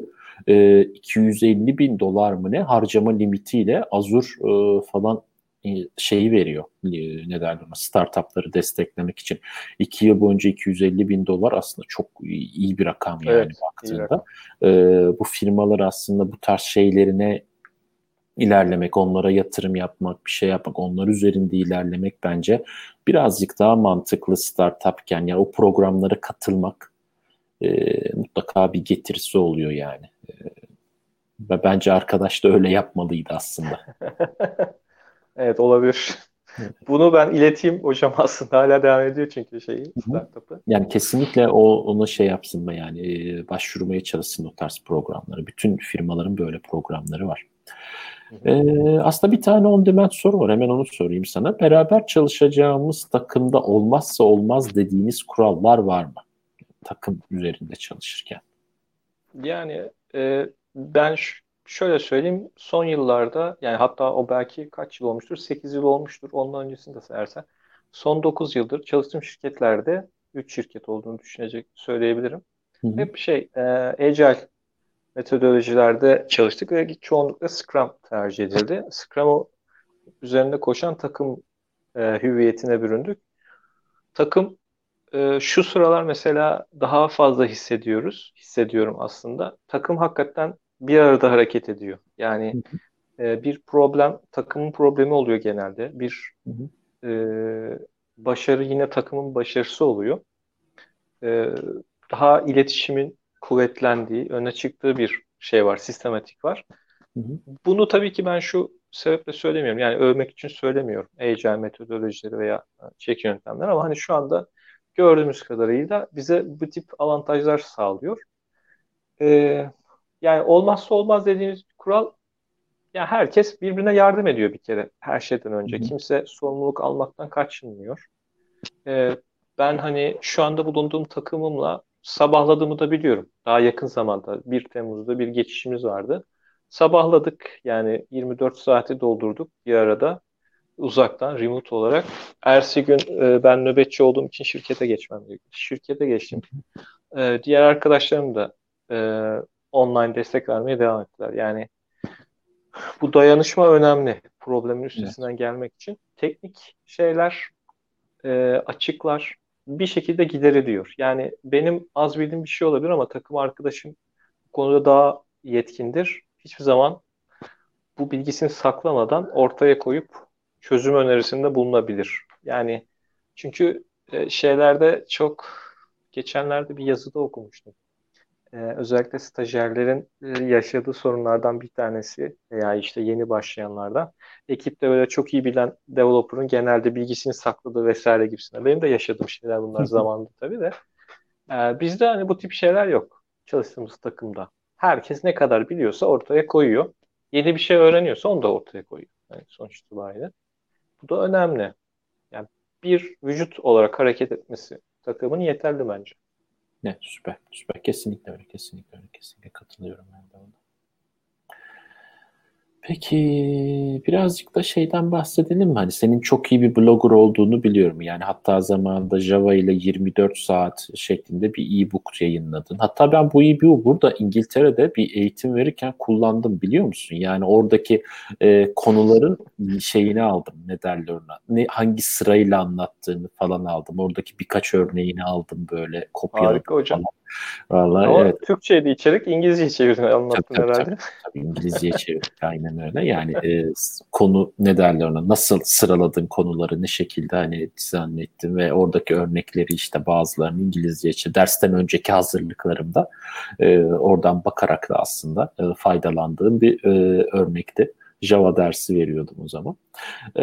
250 bin dolar mı ne harcama limitiyle Azure falan şeyi veriyor. Ne derler ona, startupları desteklemek için. 2 yıl boyunca 250 bin dolar aslında çok iyi bir rakam yani Evet, iyi baktığında. rakam. E, Bu firmalar aslında bu tarz şeylerine ilerlemek, onlara yatırım yapmak, bir şey yapmak, onlar üzerinde ilerlemek bence birazcık daha mantıklı startupken. Yani o programlara katılmak mutlaka bir getirisi oluyor yani. Ve bence arkadaş da öyle yapmalıydı aslında. Evet olabilir. Bunu ben ileteyim hocam aslında hala devam ediyor çünkü şeyi Hı hı. startup'ı. Yani kesinlikle ona şey yapsın mı yani, başvurmaya çalışsın o tarz programları. Bütün firmaların böyle programları var. Hı hı. Aslında bir tane on demand soru var. Hemen onu sorayım sana. Beraber çalışacağımız takımda olmazsa olmaz dediğiniz kurallar var mı? Takım üzerinde çalışırken. Yani ben şöyle söyleyeyim son yıllarda yani hatta o belki kaç yıl olmuştur? 8 yıl olmuştur. Ondan öncesini de sayarsan. Son 9 yıldır çalıştığım şirketlerde 3 şirket olduğunu söyleyebilirim. Hı hı. Hep Agile metodolojilerde çalıştık ve çoğunlukla Scrum tercih edildi. Scrum üzerinde koşan takım hüviyetine büründük. Takım şu sıralar mesela daha fazla hissediyorum aslında. Takım hakikaten bir arada hareket ediyor. Yani Hı bir problem, takımın problemi oluyor genelde. Bir hı. e, başarı yine takımın başarısı oluyor. E, Daha iletişimin kuvvetlendiği, öne çıktığı bir şey var, sistematik var. Hı hı. Bunu tabii ki ben şu sebeple söylemiyorum. Yani övmek için söylemiyorum. Agile metodolojileri veya çek yöntemler ama hani şu anda gördüğümüz kadarıyla bize bu tip avantajlar sağlıyor. Ee, Yani olmazsa olmaz dediğimiz bir kural, yani herkes birbirine yardım ediyor bir kere her şeyden Hı önce. hı. Kimse sorumluluk almaktan kaçınmıyor. Ee, Ben hani şu anda bulunduğum takımımla sabahladığımı da biliyorum. Daha yakın zamanda 1 Temmuz'da bir geçişimiz vardı. Sabahladık yani 24 saati doldurduk bir arada uzaktan remote olarak. Ertesi gün ben nöbetçi olduğum için şirkete geçmem gerekiyor. Şirkete geçtim. Diğer arkadaşlarım da e, online destek vermeye devam ettiler. Yani bu dayanışma önemli problemin Evet. üstesinden gelmek için. Teknik şeyler, açıklar bir şekilde gideriliyor. Yani benim az bildiğim bir şey olabilir ama takım arkadaşım bu konuda daha yetkindir. Hiçbir zaman bu bilgisini saklamadan ortaya koyup çözüm önerisinde bulunabilir. Yani çünkü şeylerde çok geçenlerde bir yazıda okumuştum. Özellikle stajyerlerin yaşadığı sorunlardan bir tanesi veya işte yeni başlayanlardan ekipte böyle çok iyi bilen developer'ın genelde bilgisini sakladığı vesaire gibisinden. Benim de yaşadığım şeyler bunlar zamanında tabii de. Bizde hani bu tip şeyler yok çalıştığımız takımda. Herkes ne kadar biliyorsa ortaya koyuyor. Yeni bir şey öğreniyorsa onu da ortaya koyuyor. Yani sonuç itibariyle. Bu da önemli. Yani bir vücut olarak hareket etmesi takımın yeterli bence. Evet, süper. Süper. Kesinlikle öyle. Kesinlikle öyle. Kesinlikle katılıyorum ben de ona. Peki birazcık da şeyden bahsedelim mi? Hani senin çok iyi bir blogger olduğunu biliyorum. Yani hatta zamanında Java ile 24 saat şeklinde bir e-book yayınladın. Hatta ben bu e-book'u burada İngiltere'de bir eğitim verirken kullandım biliyor musun? Yani oradaki konuların şeyini aldım. Ne derler ona? Hangi sırayla anlattığını falan aldım. Oradaki birkaç örneğini aldım böyle kopyaladım Harika hocam. falan. Vallahi evet. Ama Türkçeydi içerik, İngilizce çevirdin Tabii anlattın tabii tabii. herhalde. Tabii İngilizceye çevirdik aynen öyle. Yani konu ne derler ona nasıl sıraladığın konuları ne şekilde hani dizayn ettim ve oradaki örnekleri işte bazılarını İngilizceye dersten önceki hazırlıklarımda oradan bakarak da aslında faydalandığım bir örnekti. Java dersi veriyordum o zaman. E,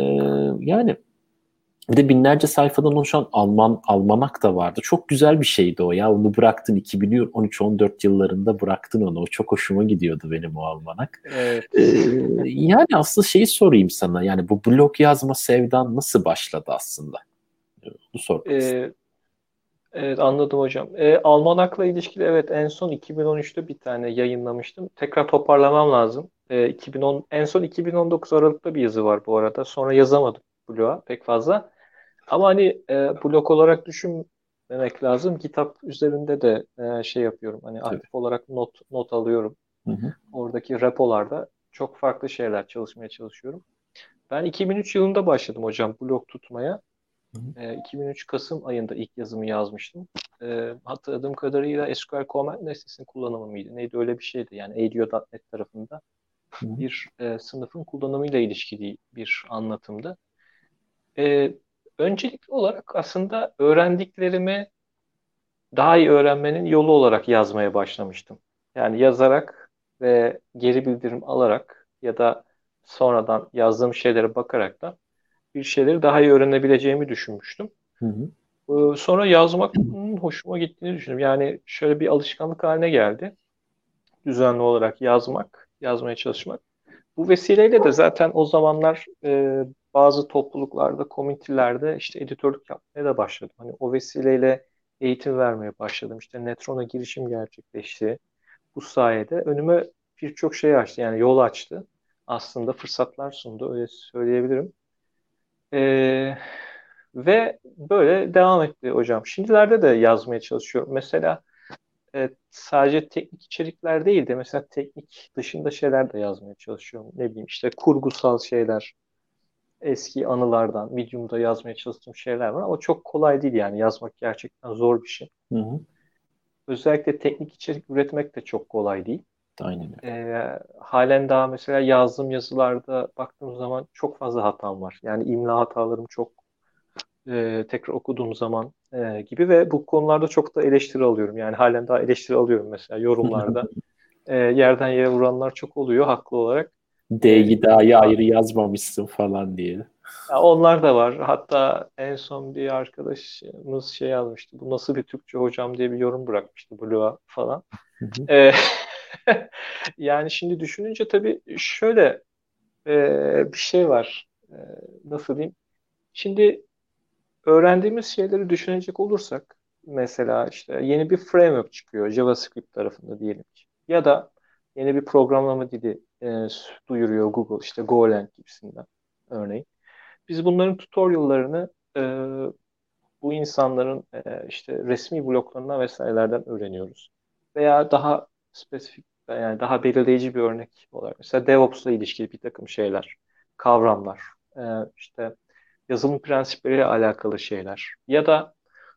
Yani bir de binlerce sayfadan oluşan almanak da vardı. Çok güzel bir şeydi o ya. Onu bıraktın 2013-14 yıllarında bıraktın onu. O çok hoşuma gidiyordu benim o almanak. Ee, Evet. Yani aslında şeyi sorayım sana. Yani bu blog yazma sevdan nasıl başladı aslında? Bunu sormak istedim. Ee, evet anladım hocam. Almanak'la ilişkili evet en son 2013'te bir tane yayınlamıştım. Tekrar toparlamam lazım. 2010 en son 2019 Aralık'ta bir yazı var bu arada. Sonra yazamadım bloğa pek fazla. Ama hani blog olarak düşünmemek lazım. GitHub üzerinde de şey yapıyorum. Hani Tabii. aktif olarak not alıyorum. Hı hı. Oradaki repolarda çok farklı şeyler çalışmaya çalışıyorum. Ben 2003 yılında başladım hocam blog tutmaya. Hı hı. 2003 Kasım ayında ilk yazımı yazmıştım. Hatırladığım kadarıyla SQL Command Nesnes'in kullanımı mıydı? Neydi öyle bir şeydi. Yani ADO.NET tarafında Hı hı. bir sınıfın kullanımıyla ilişkili bir anlatımdı. E, Öncelikli olarak aslında öğrendiklerimi daha iyi öğrenmenin yolu olarak yazmaya başlamıştım. Yani yazarak ve geri bildirim alarak ya da sonradan yazdığım şeylere bakarak da bir şeyleri daha iyi öğrenebileceğimi düşünmüştüm. Hı hı. Sonra yazmak hoşuma gittiğini düşündüm. Yani şöyle bir alışkanlık haline geldi. Düzenli olarak yazmak, yazmaya çalışmak. Bu vesileyle de zaten o zamanlar bazı topluluklarda, komünitelerde işte editörlük yapmaya da başladım. Hani o vesileyle eğitim vermeye başladım. İşte Netron'a girişim gerçekleşti. Bu sayede önüme birçok şey açtı. Yani yol açtı. Aslında fırsatlar sundu. Öyle söyleyebilirim. E, Ve böyle devam etti hocam. Şimdilerde de yazmaya çalışıyorum. Mesela sadece teknik içerikler değil de mesela teknik dışında şeyler de yazmaya çalışıyorum. Ne bileyim işte kurgusal şeyler, eski anılardan Medium'da yazmaya çalıştığım şeyler var ama çok kolay değil yani yazmak gerçekten zor bir şey. Hı hı. Özellikle teknik içerik üretmek de çok kolay değil. Aynen öyle. Halen daha mesela yazdığım yazılarda baktığım zaman çok fazla hatam var. Yani imla hatalarım çok tekrar okuduğum zaman gibi ve bu konularda çok da eleştiri alıyorum. Yani halen daha eleştiri alıyorum mesela yorumlarda. Yerden yere vuranlar çok oluyor haklı olarak. D'yi D'yi İmla, ayrı yazmamışsın falan diye. ya onlar da var. Hatta en son bir arkadaşımız şey yazmıştı. Bu nasıl bir Türkçe hocam diye bir yorum bırakmıştı bloğa falan. Hı hı. E, yani şimdi düşününce tabii şöyle bir şey var. Nasıl diyeyim? Şimdi öğrendiğimiz şeyleri düşünecek olursak mesela işte yeni bir framework çıkıyor JavaScript tarafında diyelim ki. Ya da yeni bir programlama dili duyuruyor Google işte Golang gibisinden örneğin. Biz bunların tutoriallarını e, bu insanların işte resmi bloglarından vesairelerden öğreniyoruz. Veya daha spesifik yani daha belirleyici bir örnek olarak mesela DevOps'la ilişkili bir takım şeyler, kavramlar, e, işte yazılım prensipleriyle alakalı şeyler ya da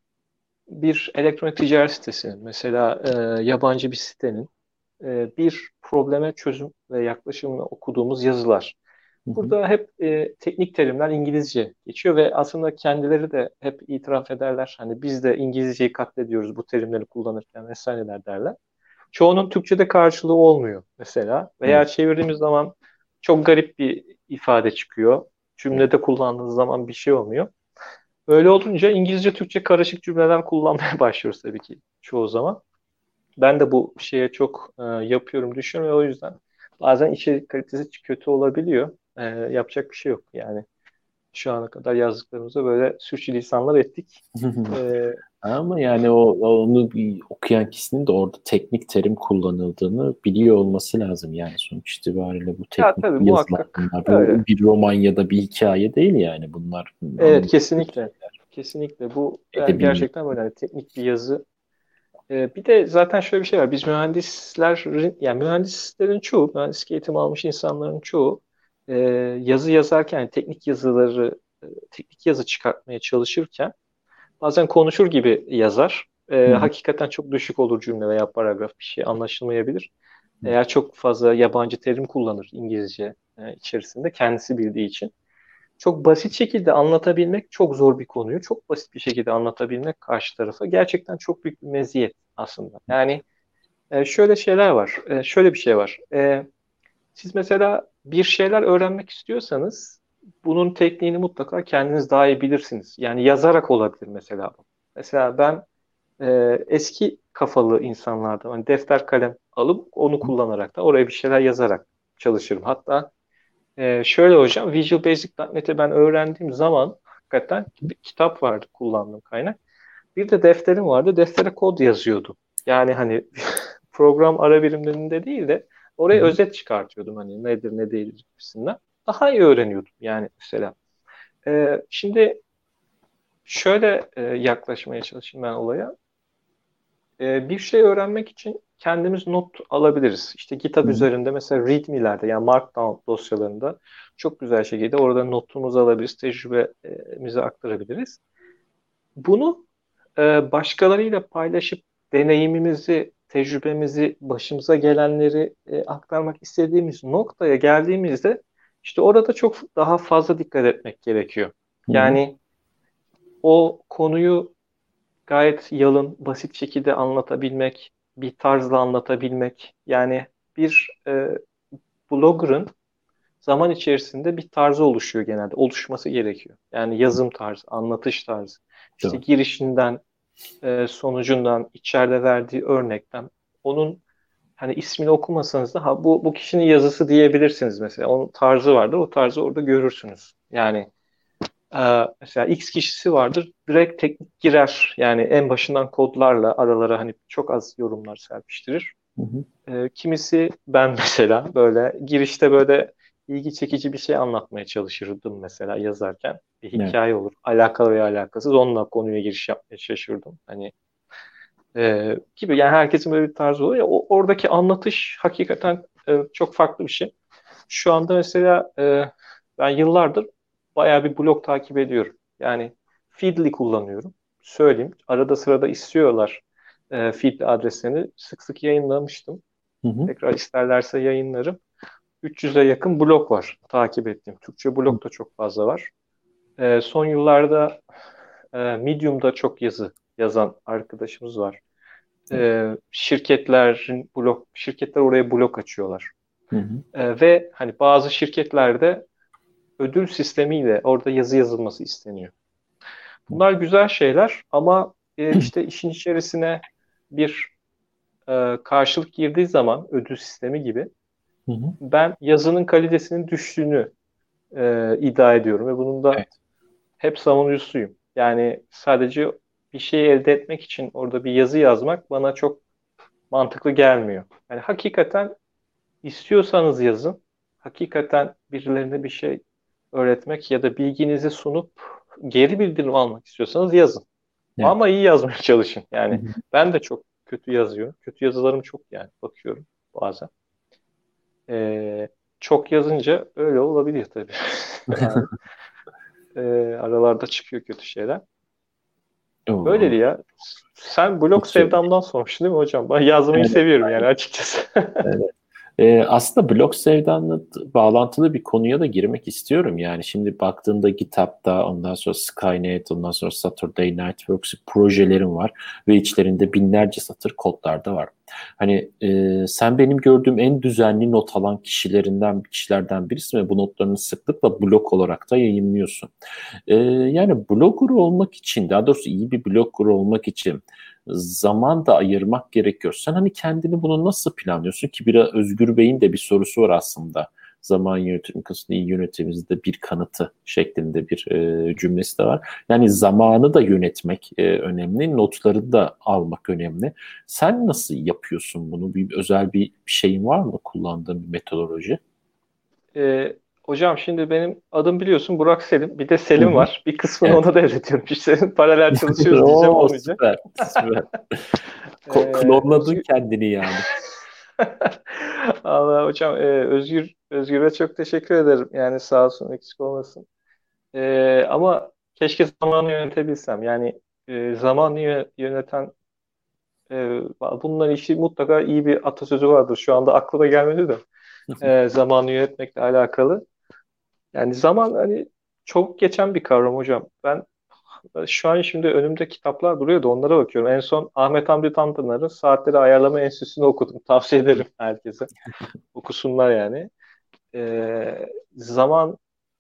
bir elektronik ticaret sitesinin mesela yabancı bir sitenin bir probleme çözüm ve yaklaşımını okuduğumuz yazılar. Hı hı. Burada hep teknik terimler İngilizce geçiyor ve aslında kendileri de hep itiraf ederler. Hani biz de İngilizceyi katlediyoruz bu terimleri kullanırken vesaireler derler. Çoğunun Türkçe'de karşılığı olmuyor mesela veya Evet. çevirdiğimiz zaman çok garip bir ifade çıkıyor. Cümlede kullandığınız zaman bir şey olmuyor. Öyle olunca İngilizce Türkçe karışık cümleler kullanmaya başlıyoruz tabii ki çoğu zaman. Ben de bu şeye çok yapıyorum, düşünüyorum ve o yüzden bazen içerik kalitesi kötü olabiliyor. Yapacak bir şey yok yani. Şu ana kadar yazdıklarımızda böyle sürçülisanlar ettik. E, Ama yani onu bir okuyan kişinin de orada teknik terim kullanıldığını biliyor olması lazım. Yani sonuç itibariyle bu ya teknik tabii yazılar muhakkak bunlar. Bu öyle. bir roman ya da bir hikaye değil yani. Bunlar Evet anlatılacak kesinlikle. şeyler. Kesinlikle bu Edebi. gerçekten böyle hani teknik bir yazı. Bir de zaten şöyle bir şey var. Biz mühendisler, yani mühendislerin çoğu, mühendislik eğitimi almış insanların çoğu e, yazı yazarken, yani teknik yazı çıkartmaya çalışırken bazen konuşur gibi yazar. Hı hı. Hakikaten çok düşük olur cümle veya paragraf bir şey anlaşılmayabilir. Eğer çok fazla yabancı terim kullanır İngilizce içerisinde kendisi bildiği için. Çok basit şekilde anlatabilmek çok zor bir konuyu. Çok basit bir şekilde anlatabilmek karşı tarafa gerçekten çok büyük bir meziyet aslında. Yani şöyle şeyler var. Şöyle bir şey var. Siz mesela bir şeyler öğrenmek istiyorsanız bunun tekniğini mutlaka kendiniz daha iyi bilirsiniz. Yani yazarak olabilir mesela bu. Mesela ben eski kafalı insanlardan hani defter kalem alıp onu kullanarak da oraya bir şeyler yazarak çalışırım. Hatta şöyle hocam Visual Basic .NET'i ben öğrendiğim zaman hakikaten bir kitap vardı kullandığım kaynak. Bir de defterim vardı. Deftere kod yazıyordum. Yani hani program ara birimlerinde değil de Hı oraya hı. özet çıkartıyordum hani nedir ne değildir gibisinden. Daha iyi öğreniyordum yani mesela. Şimdi şöyle yaklaşmaya çalışayım ben olaya. Bir şey öğrenmek için kendimiz not alabiliriz. İşte Hı GitHub hı. üzerinde mesela README'lerde yani Markdown dosyalarında çok güzel şekilde orada notumuzu alabiliriz, tecrübemizi aktarabiliriz. Bunu başkalarıyla paylaşıp deneyimimizi, tecrübemizi, başımıza gelenleri aktarmak istediğimiz noktaya geldiğimizde işte orada çok daha fazla dikkat etmek gerekiyor. Hı hı. Yani o konuyu gayet yalın, basit şekilde anlatabilmek, bir tarzla anlatabilmek. Yani bir blogger'ın zaman içerisinde bir tarzı oluşuyor genelde. Oluşması gerekiyor. Yani yazım tarzı, anlatış tarzı. İşte Doğru. girişinden, sonucundan, içeride verdiği örnekten onun hani ismini okumasanız da ha, bu kişinin yazısı diyebilirsiniz mesela. Onun tarzı vardır. O tarzı orada görürsünüz. Yani mesela X kişisi vardır. Direkt teknik girer. Yani en başından kodlarla aralara hani çok az yorumlar serpiştirir. Hı hı. Kimisi ben mesela böyle girişte böyle ilgi çekici bir şey anlatmaya çalışırdım mesela yazarken. Bir Evet. hikaye olur. Alakalı veya alakasız. Onunla konuya giriş yapmaya şaşırdım. Hani gibi yani herkesin böyle bir tarzı oluyor ya oradaki anlatış hakikaten çok farklı bir şey. Şu anda mesela ben yıllardır bayağı bir blog takip ediyorum. Yani Feedly kullanıyorum. Söyleyeyim. Arada sırada istiyorlar Feedly adreslerini. Sık sık yayınlamıştım. Hı hı. Tekrar isterlerse yayınlarım. 300'e yakın blog var takip ettiğim. Türkçe blog da çok fazla var. Son yıllarda Medium'da çok yazı yazan arkadaşımız var. Evet. Şirketler oraya blog açıyorlar. Hı hı. Ve hani bazı şirketlerde ödül sistemiyle orada yazı yazılması isteniyor. Bunlar güzel şeyler ama işte işin içerisine bir karşılık girdiği zaman ödül sistemi gibi Hı hı. ben yazının kalitesinin düştüğünü iddia ediyorum ve bunun da Evet. hep savunucusuyum. Yani sadece bir şeyi elde etmek için orada bir yazı yazmak bana çok mantıklı gelmiyor. Yani hakikaten istiyorsanız yazın. Hakikaten birilerine bir şey öğretmek ya da bilginizi sunup geri bildirim almak istiyorsanız yazın. Evet. Ama iyi yazmaya çalışın. Hı Yani hı. ben de çok kötü yazıyorum. Kötü yazılarım çok yani bakıyorum bazen. Ee, Çok yazınca öyle olabiliyor tabii. Yani, aralarda çıkıyor kötü şeyler. Böyleli Oo, ya. Sen blog kötü. sevdamdan sormuştun değil mi hocam? Ben yazmayı Evet. seviyorum yani açıkçası. Evet. Aslında blog sevdanla bağlantılı bir konuya da girmek istiyorum. Yani şimdi baktığında GitHub'da, ondan sonra Skynet, ondan sonra Saturday Night Works projelerim var ve içlerinde binlerce satır kodlar da var. Hani sen benim gördüğüm en düzenli not alan kişilerden birisin ve bu notlarını sıklıkla blog olarak da yayınlıyorsun. Yani blogger olmak için, daha doğrusu iyi bir blogger olmak için zaman da ayırmak gerekiyor. Sen hani kendini bunu nasıl planlıyorsun ki? Bir Özgür Bey'in de bir sorusu var aslında. Zaman yönetimi konusunda iyi yönetimimizde bir kanıtı şeklinde bir cümlesi de var. Yani zamanı da yönetmek önemli, notları da almak önemli. Sen nasıl yapıyorsun bunu? Bir özel bir şeyin var mı kullandığın bir metodoloji? Hocam şimdi benim adım biliyorsun Burak Selim. Bir de Hı Selim hı. var. Bir kısmını Evet. ona da öğretiyorum. İşte paralel çalışıyoruz diyeceğim Oo, olmayacak. süper, süper. Klonladın Özgür... kendini yani. Allah hocam Özgür'e çok teşekkür ederim. Yani sağ olsun eksik olmasın. Ama keşke zamanı yönetebilsem. Yani zamanı yöneten bunların işi mutlaka iyi bir atasözü vardır. Şu anda aklıma gelmedi de zamanı yönetmekle alakalı. Yani zaman hani çok geçen bir kavram hocam. Ben şu an şimdi önümde kitaplar duruyor da onlara bakıyorum. En son Ahmet Hamdi Tanpınar'ın Saatleri Ayarlama Enstitüsü'nü okudum. Tavsiye ederim herkese. Okusunlar yani. Zaman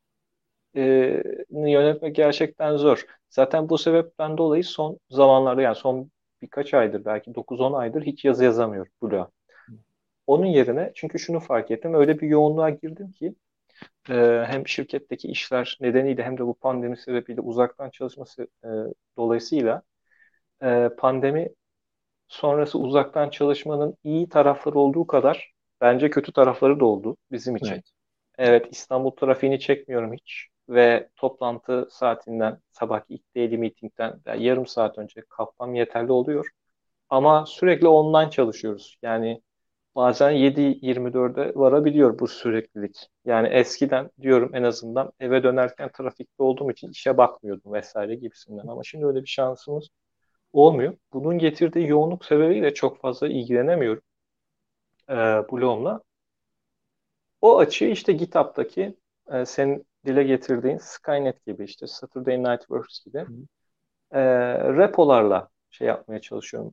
yönetmek gerçekten zor. Zaten bu sebepten dolayı son zamanlarda yani son birkaç aydır belki 9-10 aydır hiç yazı yazamıyorum bloğa. Onun yerine çünkü şunu fark ettim. Öyle bir yoğunluğa girdim ki hem şirketteki işler nedeniyle hem de bu pandemi sebebiyle uzaktan çalışması dolayısıyla pandemi sonrası uzaktan çalışmanın iyi tarafları olduğu kadar bence kötü tarafları da oldu bizim için. Evet. Evet, İstanbul trafiğini çekmiyorum hiç ve toplantı saatinden sabahki ilk daily meetingden yani yarım saat önce kalkmam yeterli oluyor. Ama sürekli online çalışıyoruz. Yani bazen 7-24'e varabiliyor bu süreklilik. Yani eskiden diyorum en azından eve dönerken trafikte olduğum için işe bakmıyordum vesaire gibisinden. Ama şimdi öyle bir şansımız olmuyor. Bunun getirdiği yoğunluk sebebiyle çok fazla ilgilenemiyorum blogumla. O açığı işte GitHub'daki senin dile getirdiğin Skynet gibi işte Saturday Night Works gibi e, repolarla şey yapmaya çalışıyorum.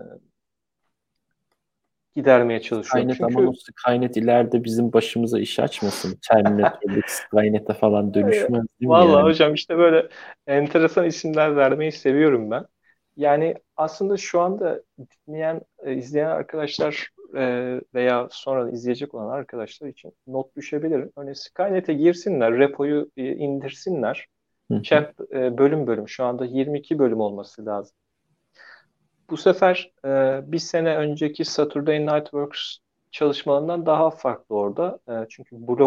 Gidermeye çalışıyorum. Skynet, aman o Çünkü Skynet ileride bizim başımıza iş açmasın. Terminator'daki Skynet'e falan dönüşmez değil mi vallahi yani? hocam işte böyle enteresan isimler vermeyi seviyorum ben. Yani aslında şu anda izleyen arkadaşlar veya sonra izleyecek olan arkadaşlar için not düşebilirim. Örneğin Skynet'e girsinler, repoyu indirsinler. Hı hı. Bölüm bölüm şu anda 22 bölüm olması lazım. Bu sefer bir sene önceki Saturday Night Works çalışmalarından daha farklı orada. Çünkü blog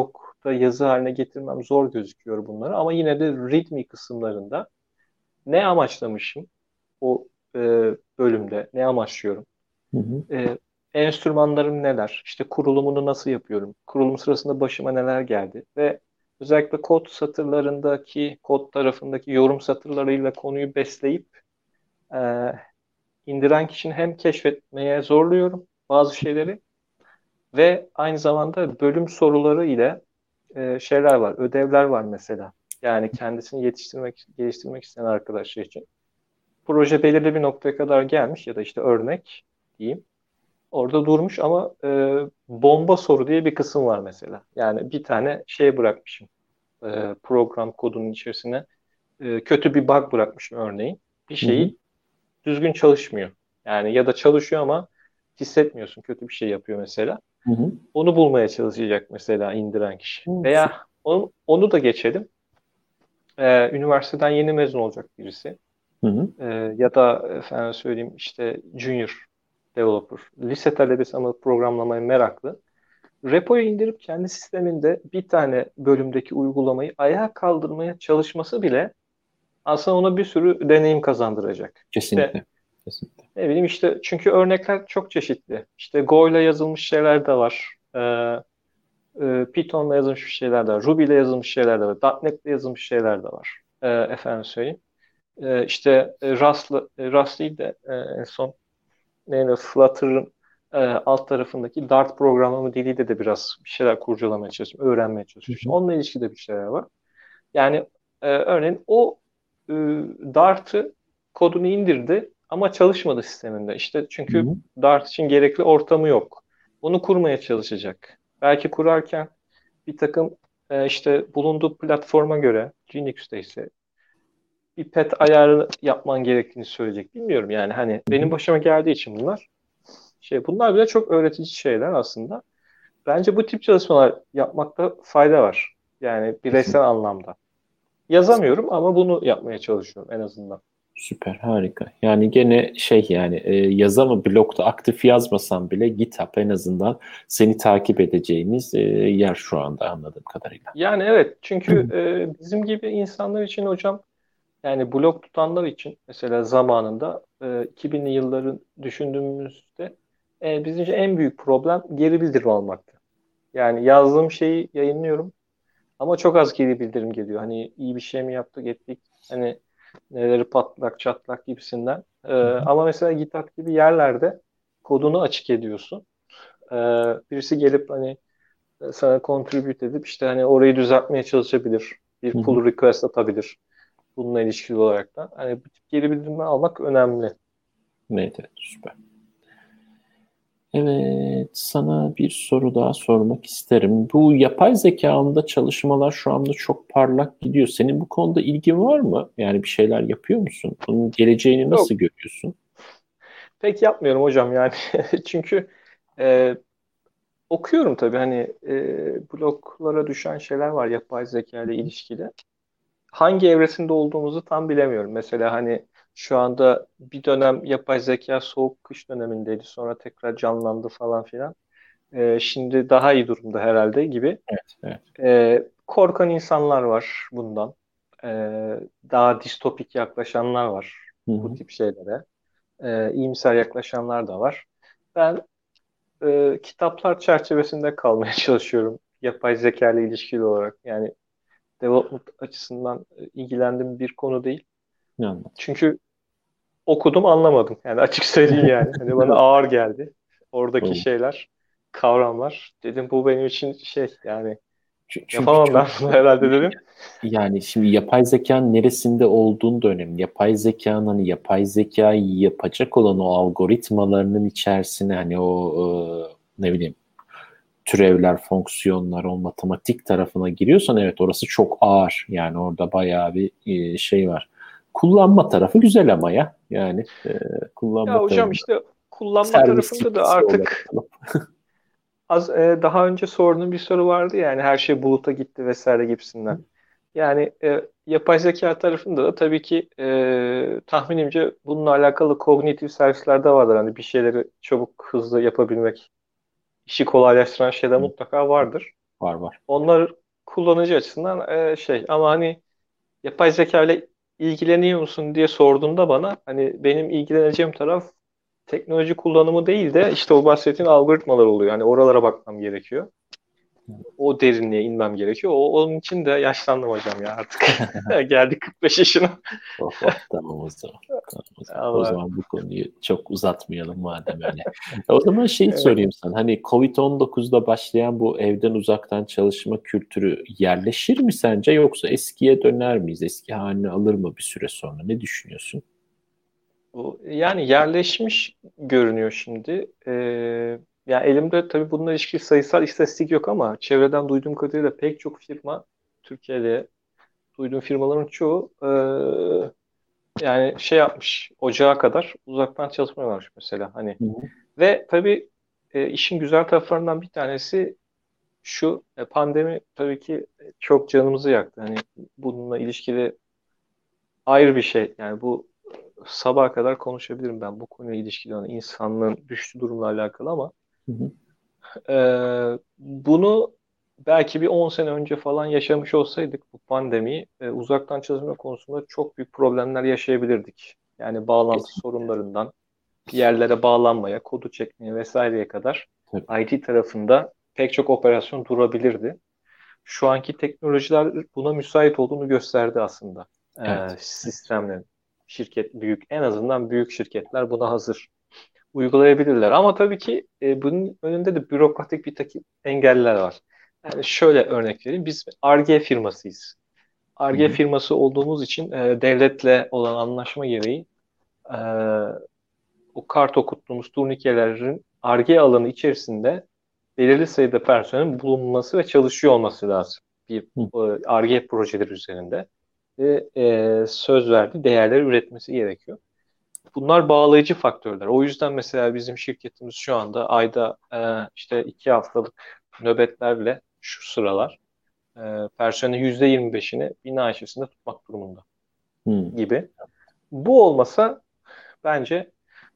da yazı haline getirmem zor gözüküyor bunları. Ama yine de readme kısımlarında ne amaçlamışım o e, bölümde, ne amaçlıyorum? Hı hı. E, Enstrümanlarım neler? İşte kurulumunu nasıl yapıyorum? Kurulum sırasında başıma neler geldi? Ve özellikle kod satırlarındaki, kod tarafındaki yorum satırlarıyla konuyu besleyip e, indiren kişinin hem keşfetmeye zorluyorum bazı şeyleri ve aynı zamanda bölüm soruları ile şeyler var, ödevler var mesela. Yani kendisini geliştirmek isteyen arkadaşlar için. Proje belirli bir noktaya kadar gelmiş ya da işte örnek diyeyim. Orada durmuş ama bomba soru diye bir kısım var mesela. Yani bir tane şey bırakmışım. Program kodunun içerisine kötü bir bug bırakmışım örneğin. Bir Hı hı. şeyi düzgün çalışmıyor. Yani ya da çalışıyor ama hissetmiyorsun. Kötü bir şey yapıyor mesela. Hı hı. Onu bulmaya çalışacak mesela indiren kişi. Hı, süper. Veya onu da geçelim. Üniversiteden yeni mezun olacak birisi. Hı hı. Ya da efendim söyleyeyim işte junior developer. Lise talebesi ama programlamaya meraklı. Repo'yu indirip kendi sisteminde bir tane bölümdeki uygulamayı ayağa kaldırmaya çalışması bile aslında ona bir sürü deneyim kazandıracak. İşte Kesinlikle. Kesinlikle. ne bileyim işte çünkü örnekler çok çeşitli. İşte Go ile yazılmış şeyler de var. Python'la yazılmış şeyler de var. Ruby ile yazılmış şeyler de var. .NET ile yazılmış şeyler de var. Efendim söyleyeyim. İşte Rust değil de en son neydi, Flutter'ın alt tarafındaki Dart programlama diliyle de biraz bir şeyler kurcalamaya çalışıyorum, öğrenmeye Hı çalışıyorum. İşte hı. onunla ilişkili de bir şeyler var. Yani örneğin o e, Dart'ı kodunu indirdi ama çalışmadı sisteminde. İşte Hı çünkü hı. Dart için gerekli ortamı yok. Onu kurmaya çalışacak. Belki kurarken bir takım işte bulunduğu platforma göre Linux'te ise bir pet ayarı yapman gerektiğini söyleyecek. Bilmiyorum yani hani Hı benim hı. başıma geldiği için bunlar bile çok öğretici şeyler aslında. Bence bu tip çalışmalar yapmakta fayda var. Yani bireysel Kesinlikle. anlamda. Yazamıyorum ama bunu yapmaya çalışıyorum en azından. Süper, harika. Yani gene şey yani yazama blogda aktif yazmasan bile GitHub en azından seni takip edeceğiniz yer şu anda anladığım kadarıyla. Yani evet çünkü bizim gibi insanlar için hocam yani blog tutanlar için mesela zamanında 2000'li yılların düşündüğümüzde bizim için en büyük problem geri bildirim almaktı. Yani yazdığım şeyi yayınlıyorum ama çok az geri bildirim geliyor. Hani iyi bir şey mi yaptık ettik hani neleri patlak çatlak gibisinden. Hı hı. Ama mesela GitHub gibi yerlerde kodunu açık ediyorsun. E, Birisi gelip hani sana contribute edip işte hani orayı düzeltmeye çalışabilir. Bir Hı hı. pull request atabilir. Bununla ilişkili olarak da. Hani bu tip geri bildirimler almak önemli. Evet, evet, süper. Evet, sana bir soru daha sormak isterim. Bu yapay zeka alanında çalışmalar şu anda çok parlak gidiyor. Senin bu konuda ilgin var mı? Yani bir şeyler yapıyor musun? Bunun geleceğini Yok, nasıl görüyorsun? pek yapmıyorum hocam yani. Çünkü e, okuyorum tabii hani bloglara düşen şeyler var yapay zeka ile ilişkili. Hangi evresinde olduğumuzu tam bilemiyorum. Mesela hani şu anda bir dönem yapay zeka soğuk kış dönemindeydi. Sonra tekrar canlandı falan filan. Şimdi daha iyi durumda herhalde gibi. Evet, evet. Korkan insanlar var bundan. Daha distopik yaklaşanlar var Hı bu hı. tip şeylere. İyimser yaklaşanlar da var. Ben kitaplar çerçevesinde kalmaya çalışıyorum. Yapay zeka ile ilişkili olarak. Yani development açısından ilgilendiğim bir konu değil. Anladım. Çünkü okudum anlamadım. Yani açık söyleyeyim yani. Hani bana ağır geldi. Oradaki Doğru. şeyler, kavramlar. Dedim bu benim için yani Çünkü yapamam ben çok bunu herhalde dedim. yani şimdi yapay zekanın neresinde olduğunu da önemli. Yapay zekanın hani yapay zekayı yapacak olan o algoritmalarının içerisine hani o ne bileyim türevler, fonksiyonlar, o matematik tarafına giriyorsan evet orası çok ağır. Yani orada bayağı bir şey var. Kullanma tarafı güzel ama ya. Yani Ya kullanma hocam tarafı işte kullanma servis tarafında da ikisi olarak. artık daha önce sorduğum bir soru vardı yani her şey buluta gitti vesaire gibisinden. Yani yapay zeka tarafında da tabii ki tahminimce bununla alakalı kognitif servisler de vardır. Hani bir şeyleri çabuk hızlı yapabilmek, işi kolaylaştıran şeyler mutlaka vardır. Var var. Onlar kullanıcı açısından ama hani yapay zeka ile ilgileniyor musun diye sorduğunda bana hani benim ilgileneceğim taraf teknoloji kullanımı değil de işte o bahsettiğin algoritmalar oluyor. Yani oralara bakmam gerekiyor. O derinliğe inmem gerekiyor. Onun için de yaşlandım hocam ya artık. Geldik 45 yaşına. Oh, oh, tamam o zaman. Tamam o zaman. O Allah. zaman bu konuyu çok uzatmayalım madem öyle. O zaman şeyi Evet. sorayım sana. Hani Covid-19'da başlayan bu evden uzaktan çalışma kültürü yerleşir mi sence, yoksa eskiye döner miyiz? Eski halini alır mı bir süre sonra? Ne düşünüyorsun? Bu, yani yerleşmiş görünüyor şimdi. Yani elimde tabii bununla ilişkin sayısal istatistik yok ama çevreden duyduğum kadarıyla pek çok firma Türkiye'de duyduğum firmaların çoğu yani şey yapmış ocağa kadar uzaktan çalışmaya varmış mesela hani Hı hı. ve tabii işin güzel taraflarından bir tanesi şu pandemi tabii ki çok canımızı yaktı. Hani bununla ilişkili ayrı bir şey. Yani bu sabaha kadar konuşabilirim ben bu konuyla ilişkili yani insanlığın düştüğü durumla alakalı ama Hı hı. bunu belki bir 10 sene önce falan yaşamış olsaydık bu pandemiyi uzaktan çalışma konusunda çok büyük problemler yaşayabilirdik. Yani bağlantı Kesinlikle. sorunlarından bir yerlere bağlanmaya, kodu çekmeye vesaireye kadar Tabii. IT tarafında pek çok operasyon durabilirdi. Şu anki teknolojiler buna müsait olduğunu gösterdi aslında. Evet. Sistemlerin. Büyük, en azından büyük şirketler buna hazır uygulayabilirler. Ama tabii ki bunun önünde de bürokratik bir takım engeller var. Yani şöyle örnek vereyim. Biz Ar-Ge firmasıyız. Hı Ar-Ge hı. firması olduğumuz için devletle olan anlaşma gereği e, o kart okuttuğumuz turnikelerin Ar-Ge alanı içerisinde belirli sayıda personelin bulunması ve çalışıyor olması lazım. Bir Hı Ar-Ge projeleri üzerinde ve söz verdiği değerleri üretmesi gerekiyor. Bunlar bağlayıcı faktörler. O yüzden mesela bizim şirketimiz şu anda ayda işte 2 haftalık nöbetlerle şu sıralar personelin %25'ini bina içerisinde tutmak durumunda hı. gibi. Bu olmasa bence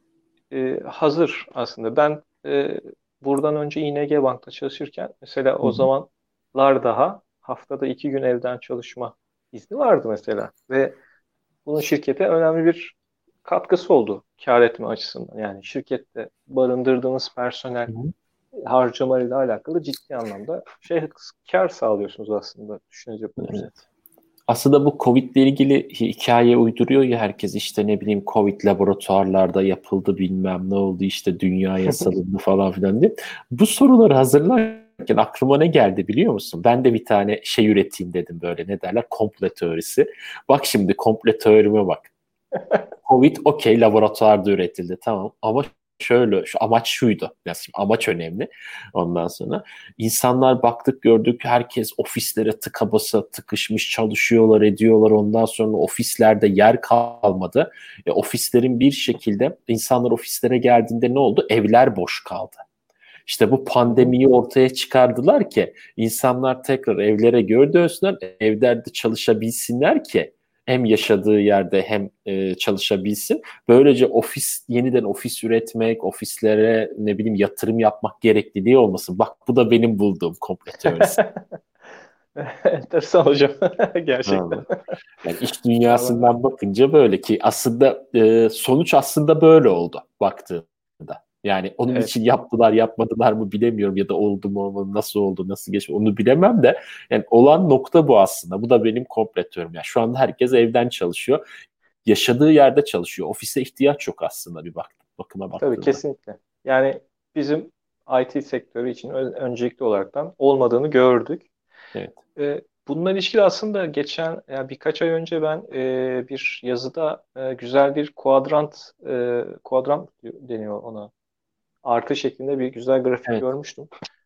hazır aslında. Ben buradan önce ING Bank'ta çalışırken mesela Hı o hı. zamanlar daha haftada 2 gün evden çalışma izni vardı mesela ve bunun şirkete önemli bir katkısı oldu kar etme açısından. Yani şirkette barındırdığınız personel Hı hı. harcamayla alakalı ciddi anlamda kar sağlıyorsunuz aslında düşünecek olursak. Evet. Aslında bu Covid ile ilgili hikaye uyduruyor ya herkes, işte ne bileyim Covid laboratuvarlarda yapıldı, bilmem ne oldu, işte dünyaya salındı falan filan diye. Bu soruları hazırlarken aklıma ne geldi biliyor musun? Ben de bir tane şey üreteyim dedim, böyle ne derler, komple teorisi. Bak şimdi komple teorime bak. Covid okey, laboratuvarda üretildi tamam, ama şöyle, şu amaç şuydu. Yani şimdi amaç önemli. Ondan sonra insanlar baktık gördük, herkes ofislere tıka basa tıkışmış, çalışıyorlar ediyorlar, ondan sonra ofislerde yer kalmadı. Ofislerin bir şekilde, insanlar ofislere geldiğinde ne oldu? Evler boş kaldı. İşte bu Hı hı. pandemiyi ortaya çıkardılar ki insanlar tekrar evlere geri dönsünler, evlerde çalışabilsinler ki hem yaşadığı yerde hem çalışabilsin. Böylece yeniden ofis üretmek, ofislere ne bileyim yatırım yapmak gerekliliği olmasın. Bak bu da benim bulduğum komplo teorisi. Enteresan hocam. Gerçekten. Vallahi. Yani iş Vallahi. dünyasından bakınca böyle ki aslında sonuç aslında böyle oldu baktığında. Yani onun Evet. için yaptılar yapmadılar mı bilemiyorum, ya da oldu mu olmadı, nasıl oldu nasıl geçti onu bilemem de yani olan nokta bu aslında. Bu da benim kompletörüm. Yani şu anda herkes evden çalışıyor. Yaşadığı yerde çalışıyor. Ofise ihtiyaç yok aslında bir bakıma Tabii baktığında. kesinlikle. Yani bizim IT sektörü için öncelikli olaraktan olmadığını gördük. Evet. Bununla ilişkili aslında geçen yani birkaç ay önce ben bir yazıda güzel bir kuadrant deniyor ona. Artı şeklinde bir güzel grafik Evet. görmüştüm.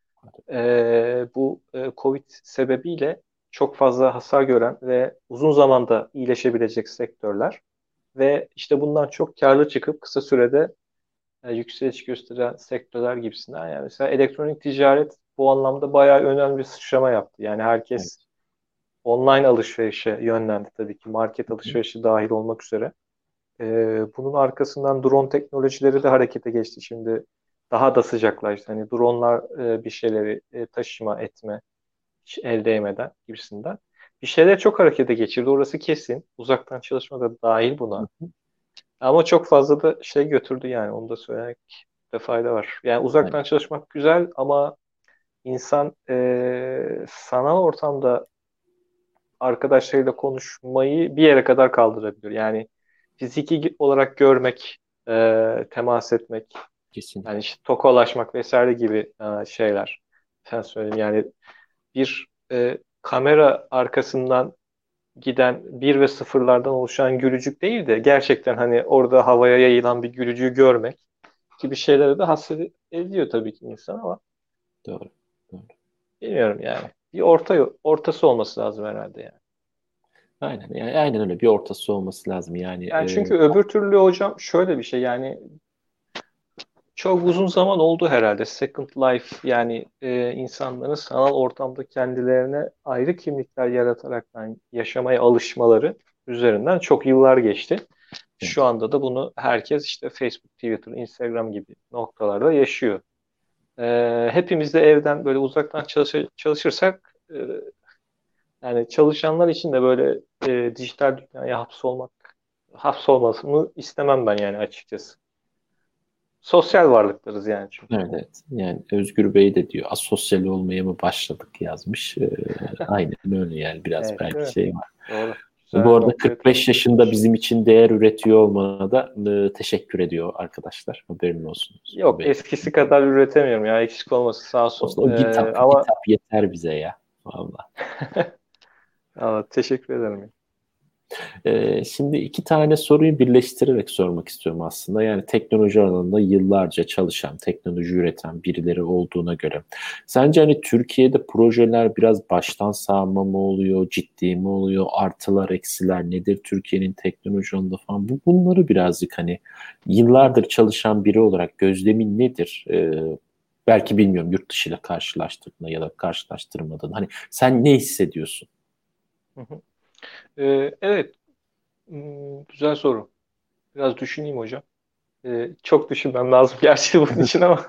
Bu Covid sebebiyle çok fazla hasar gören ve uzun zamanda iyileşebilecek sektörler ve işte bundan çok karlı çıkıp kısa sürede yükseliş gösteren sektörler gibisinden. Yani mesela elektronik ticaret bu anlamda bayağı önemli bir sıçrama yaptı. Yani herkes Evet. online alışverişe yönlendi tabii ki. Market Hı alışverişi dahil olmak üzere. Bunun arkasından drone teknolojileri de harekete geçti. Şimdi daha da sıcaklaştı. Hani dronelar bir şeyleri taşıma etme, hiç el değmeden gibisinden. Bir şeyler çok harekete geçirdi. Orası kesin. Uzaktan çalışma da dahil Hı buna. hı. Ama çok fazla da şey götürdü yani. Onu da söylemekte fayda var. Yani Aynen. uzaktan çalışmak güzel ama insan sanal ortamda arkadaşlarıyla konuşmayı bir yere kadar kaldırabilir. Yani fiziki olarak görmek, temas etmek, yani Kesinlikle. işte tokalaşmak vesaire gibi şeyler. Sen söyleyeyim yani bir kamera arkasından giden bir ve sıfırlardan oluşan gülücük değil de gerçekten hani orada havaya yayılan bir gülücüğü görmek gibi şeylere de hasret ediyor tabii ki insan ama Doğru. Doğru. bilmiyorum yani. Bir ortası olması lazım herhalde yani. Aynen. Yani aynen öyle. Bir ortası olması lazım. Yani Yani çünkü öbür türlü hocam şöyle bir şey yani çok uzun zaman oldu herhalde Second Life yani insanların sanal ortamda kendilerine ayrı kimlikler yaratarak yaşamaya alışmaları üzerinden çok yıllar geçti. Şu evet. anda da bunu herkes işte Facebook, Twitter, Instagram gibi noktalarda yaşıyor. Hepimiz de evden böyle uzaktan çalışırsak yani çalışanlar için de böyle dijital dünyaya hapsolmasını istemem ben yani açıkçası. Sosyal varlıklarız yani çünkü. Evet, evet. Yani Özgür Bey de diyor asosyal olmaya mı başladık yazmış. Aynen öyle yani biraz Evet, değil belki mi? şey var. Doğru. Bu Güzel arada noktaya 45 temas yaşında etmiş. bizim için değer üretiyor olmana da teşekkür ediyor arkadaşlar. Haberin olsun Özgür Yok Bey. eskisi kadar üretemiyorum ya eksik olması sağ olsun. Olsun, o kitap, Ama kitap yeter bize ya. Vallahi. ama teşekkür ederim. Şimdi iki tane soruyu birleştirerek sormak istiyorum aslında. Yani teknoloji alanında yıllarca çalışan, teknoloji üreten birileri olduğuna göre. Sence hani Türkiye'de projeler biraz baştan sağma mı oluyor, ciddi mi oluyor, artılar, eksiler nedir Türkiye'nin teknoloji alanında falan. Bunları birazcık hani yıllardır çalışan biri olarak gözlemin nedir? Belki bilmiyorum yurt dışıyla karşılaştırdığında ya da karşılaştırmadığında. Hani sen ne hissediyorsun? Hı hı. Evet, güzel soru. Biraz düşüneyim hocam. Çok düşünmem lazım gerçi bunun için ama.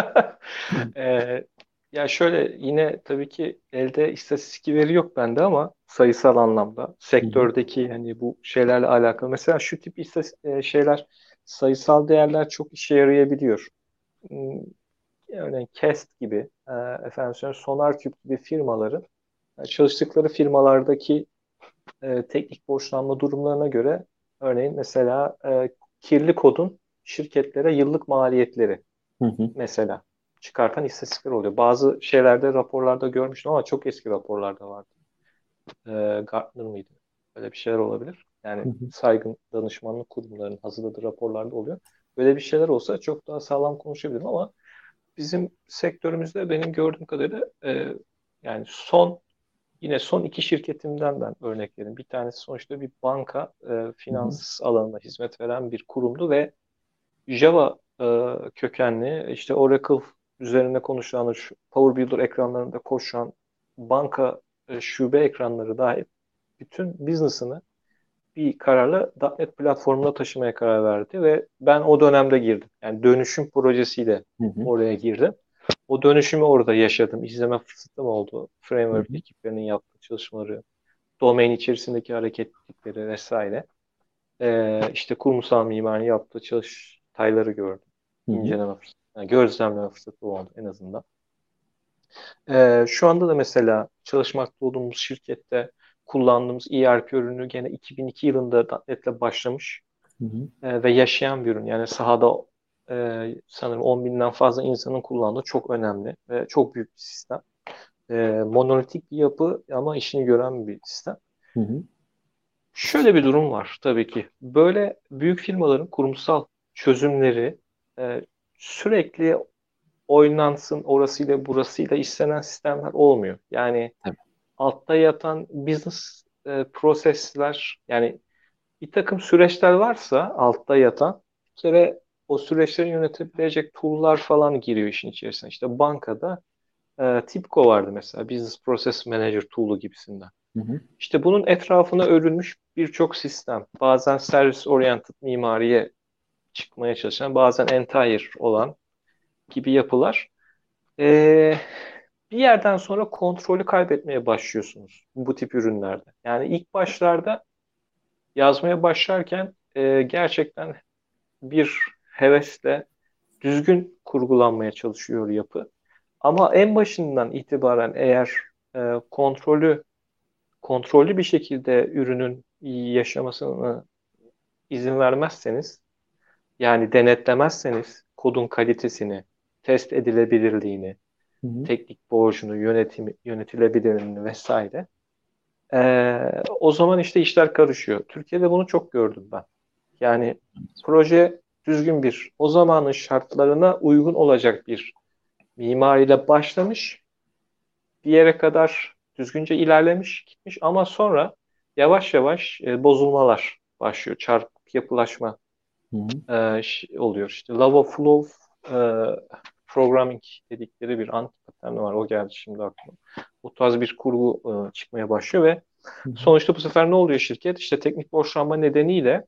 Ee, Ya şöyle yine tabii ki elde istatistik veri yok bende ama sayısal anlamda Hı hı, sektördeki hani bu şeylerle alakalı. Mesela şu tip şeyler sayısal değerler çok işe yarayabiliyor. Hmm, Örneğin Kest gibi, efendim söyleyeyim, SonarCube gibi firmaların çalıştıkları firmalardaki teknik borçlanma durumlarına göre örneğin mesela kirli kodun şirketlere yıllık maliyetleri hı hı, mesela çıkartan istatistikler oluyor. Bazı şeylerde raporlarda görmüştüm ama çok eski raporlarda vardı. Gartner mıydı? Böyle bir şeyler olabilir. Yani hı hı. saygın danışmanlık kurumlarının hazırladığı raporlarda oluyor. Böyle bir şeyler olsa çok daha sağlam konuşabilirim ama bizim sektörümüzde benim gördüğüm kadarıyla yani yine son iki şirketimden ben örnek vereyim. Bir tanesi sonuçta bir banka, Hı hı. finans alanına hizmet veren bir kurumdu ve Java kökenli, işte Oracle üzerinde konuşulan, şu Power Builder ekranlarında koşan banka şube ekranları dahil bütün business'ını bir kararla .NET platformuna taşımaya karar verdi ve ben o dönemde girdim. Yani dönüşüm projesiyle Hı hı, oraya girdim. O dönüşümü orada yaşadım. İzleme fırsatım oldu. hı Framework hı, ekiplerinin yaptığı çalışmaları, domain içerisindeki hareketlilikleri vesaire. İşte kurumsal mimarinin yaptığı çalıştayları gördüm. hı hı, İnceleme fırsatı, yani gözlemleme fırsatı oldu en azından. Şu anda da mesela çalışmakta olduğumuz şirkette kullandığımız ERP ürünü gene 2002 yılında .NET'le başlamış hı hı, ve yaşayan bir ürün. Yani sahada sanırım 10 binden fazla insanın kullandığı çok önemli ve çok büyük bir sistem. Monolitik bir yapı ama işini gören bir sistem. hı hı. Şöyle bir durum var tabii ki. Böyle büyük firmaların kurumsal çözümleri e, sürekli oynansın orasıyla burasıyla istenen sistemler olmuyor. Yani Tabii. altta yatan business prosesler yani bir takım süreçler varsa altta yatan bir kere o süreçleri yönetebilecek tool'lar falan giriyor işin içerisine. İşte bankada TIBCO vardı mesela Business Process Manager tool'u gibisinden. Hı hı, İşte bunun etrafına örülmüş birçok sistem. Bazen service oriented mimariye çıkmaya çalışan, bazen entire olan gibi yapılar. Ee, bir yerden sonra kontrolü kaybetmeye başlıyorsunuz bu tip ürünlerde. Yani ilk başlarda yazmaya başlarken gerçekten bir hevesle düzgün kurgulanmaya çalışıyor yapı. Ama en başından itibaren eğer kontrollü bir şekilde ürünün yaşamasını izin vermezseniz, yani denetlemezseniz kodun kalitesini, test edilebilirliğini, Hı hı. teknik borcunu, yönetilebilirliğini vesaire, o zaman işte işler karışıyor. Türkiye'de bunu çok gördüm ben. Yani proje düzgün bir, o zamanın şartlarına uygun olacak bir mimariyle başlamış, bir yere kadar düzgünce ilerlemiş, gitmiş ama sonra yavaş yavaş bozulmalar başlıyor. Çarpık yapılaşma Hı hı. oluyor. İşte Lava Flow e, Programming dedikleri bir anti pattern var. O geldi şimdi aklıma. O tarz bir kurgu çıkmaya başlıyor ve Hı hı. sonuçta bu sefer ne oluyor şirket? İşte teknik borçlanma nedeniyle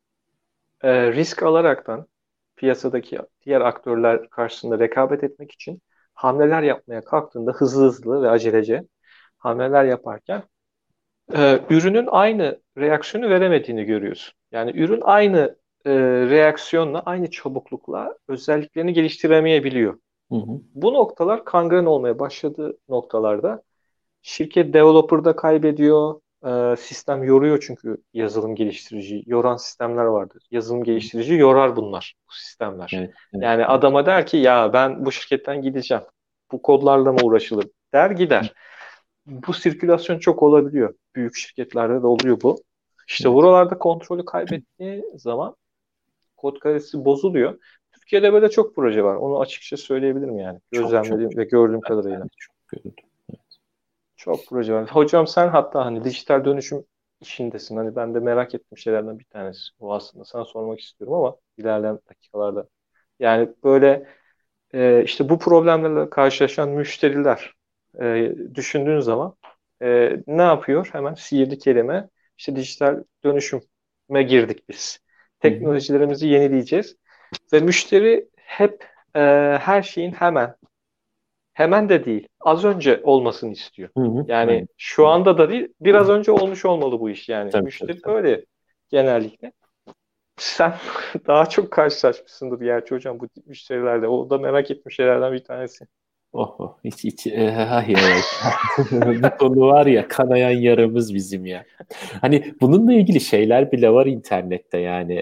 risk alaraktan piyasadaki diğer aktörler karşısında rekabet etmek için hamleler yapmaya kalktığında hızlı hızlı ve acelece hamleler yaparken ürünün aynı reaksiyonu veremediğini görüyorsun. Yani ürün aynı reaksiyonla, aynı çabuklukla özelliklerini geliştiremeyebiliyor. Hı hı. Bu noktalar kangren olmaya başladığı noktalarda şirket developer'da kaybediyor. Sistem yoruyor çünkü yazılım geliştirici yoran sistemler vardır. Yazılım geliştirici yorar bunlar, bu sistemler. Evet, evet, Yani evet. adama der ki ya ben bu şirketten gideceğim. Bu kodlarla mı uğraşılır der gider. Bu sirkülasyon çok olabiliyor. Büyük şirketlerde de oluyor bu. İşte Evet. buralarda kontrolü kaybettiği zaman kod kalitesi bozuluyor. Türkiye'de böyle çok proje var. Onu açıkça söyleyebilirim yani. Çok çok Gözlemlediğim çok. ve gördüğüm Ben kadarıyla. de çok gördüm. Çok proje var. Hocam sen hatta hani dijital dönüşüm işindesin. Hani ben de merak ettiğim şeylerden bir tanesi. O aslında sana sormak istiyorum ama ilerleyen dakikalarda. Yani böyle işte bu problemlerle karşılaşan müşteriler düşündüğün zaman ne yapıyor? Hemen sihirli kelime. İşte dijital dönüşüme girdik biz. Hı hı. Teknolojilerimizi yenileyeceğiz. Ve müşteri hep e, her şeyin hemen de değil, az önce olmasını istiyor. Hı hı. Yani Aynen. şu Aynen. anda da değil, biraz önce olmuş olmalı bu iş yani. Tabii tabii Müşteri tabii. böyle genellikle. Sen daha çok karşılaşmışsındır gerçi hocam bu tip müşterilerle. O da merak ettiğim şeylerden bir tanesi. Oh, oh, hiç hayır evet. Bu konu var ya, kanayan yaramız bizim ya. Hani bununla ilgili şeyler bile var internette, yani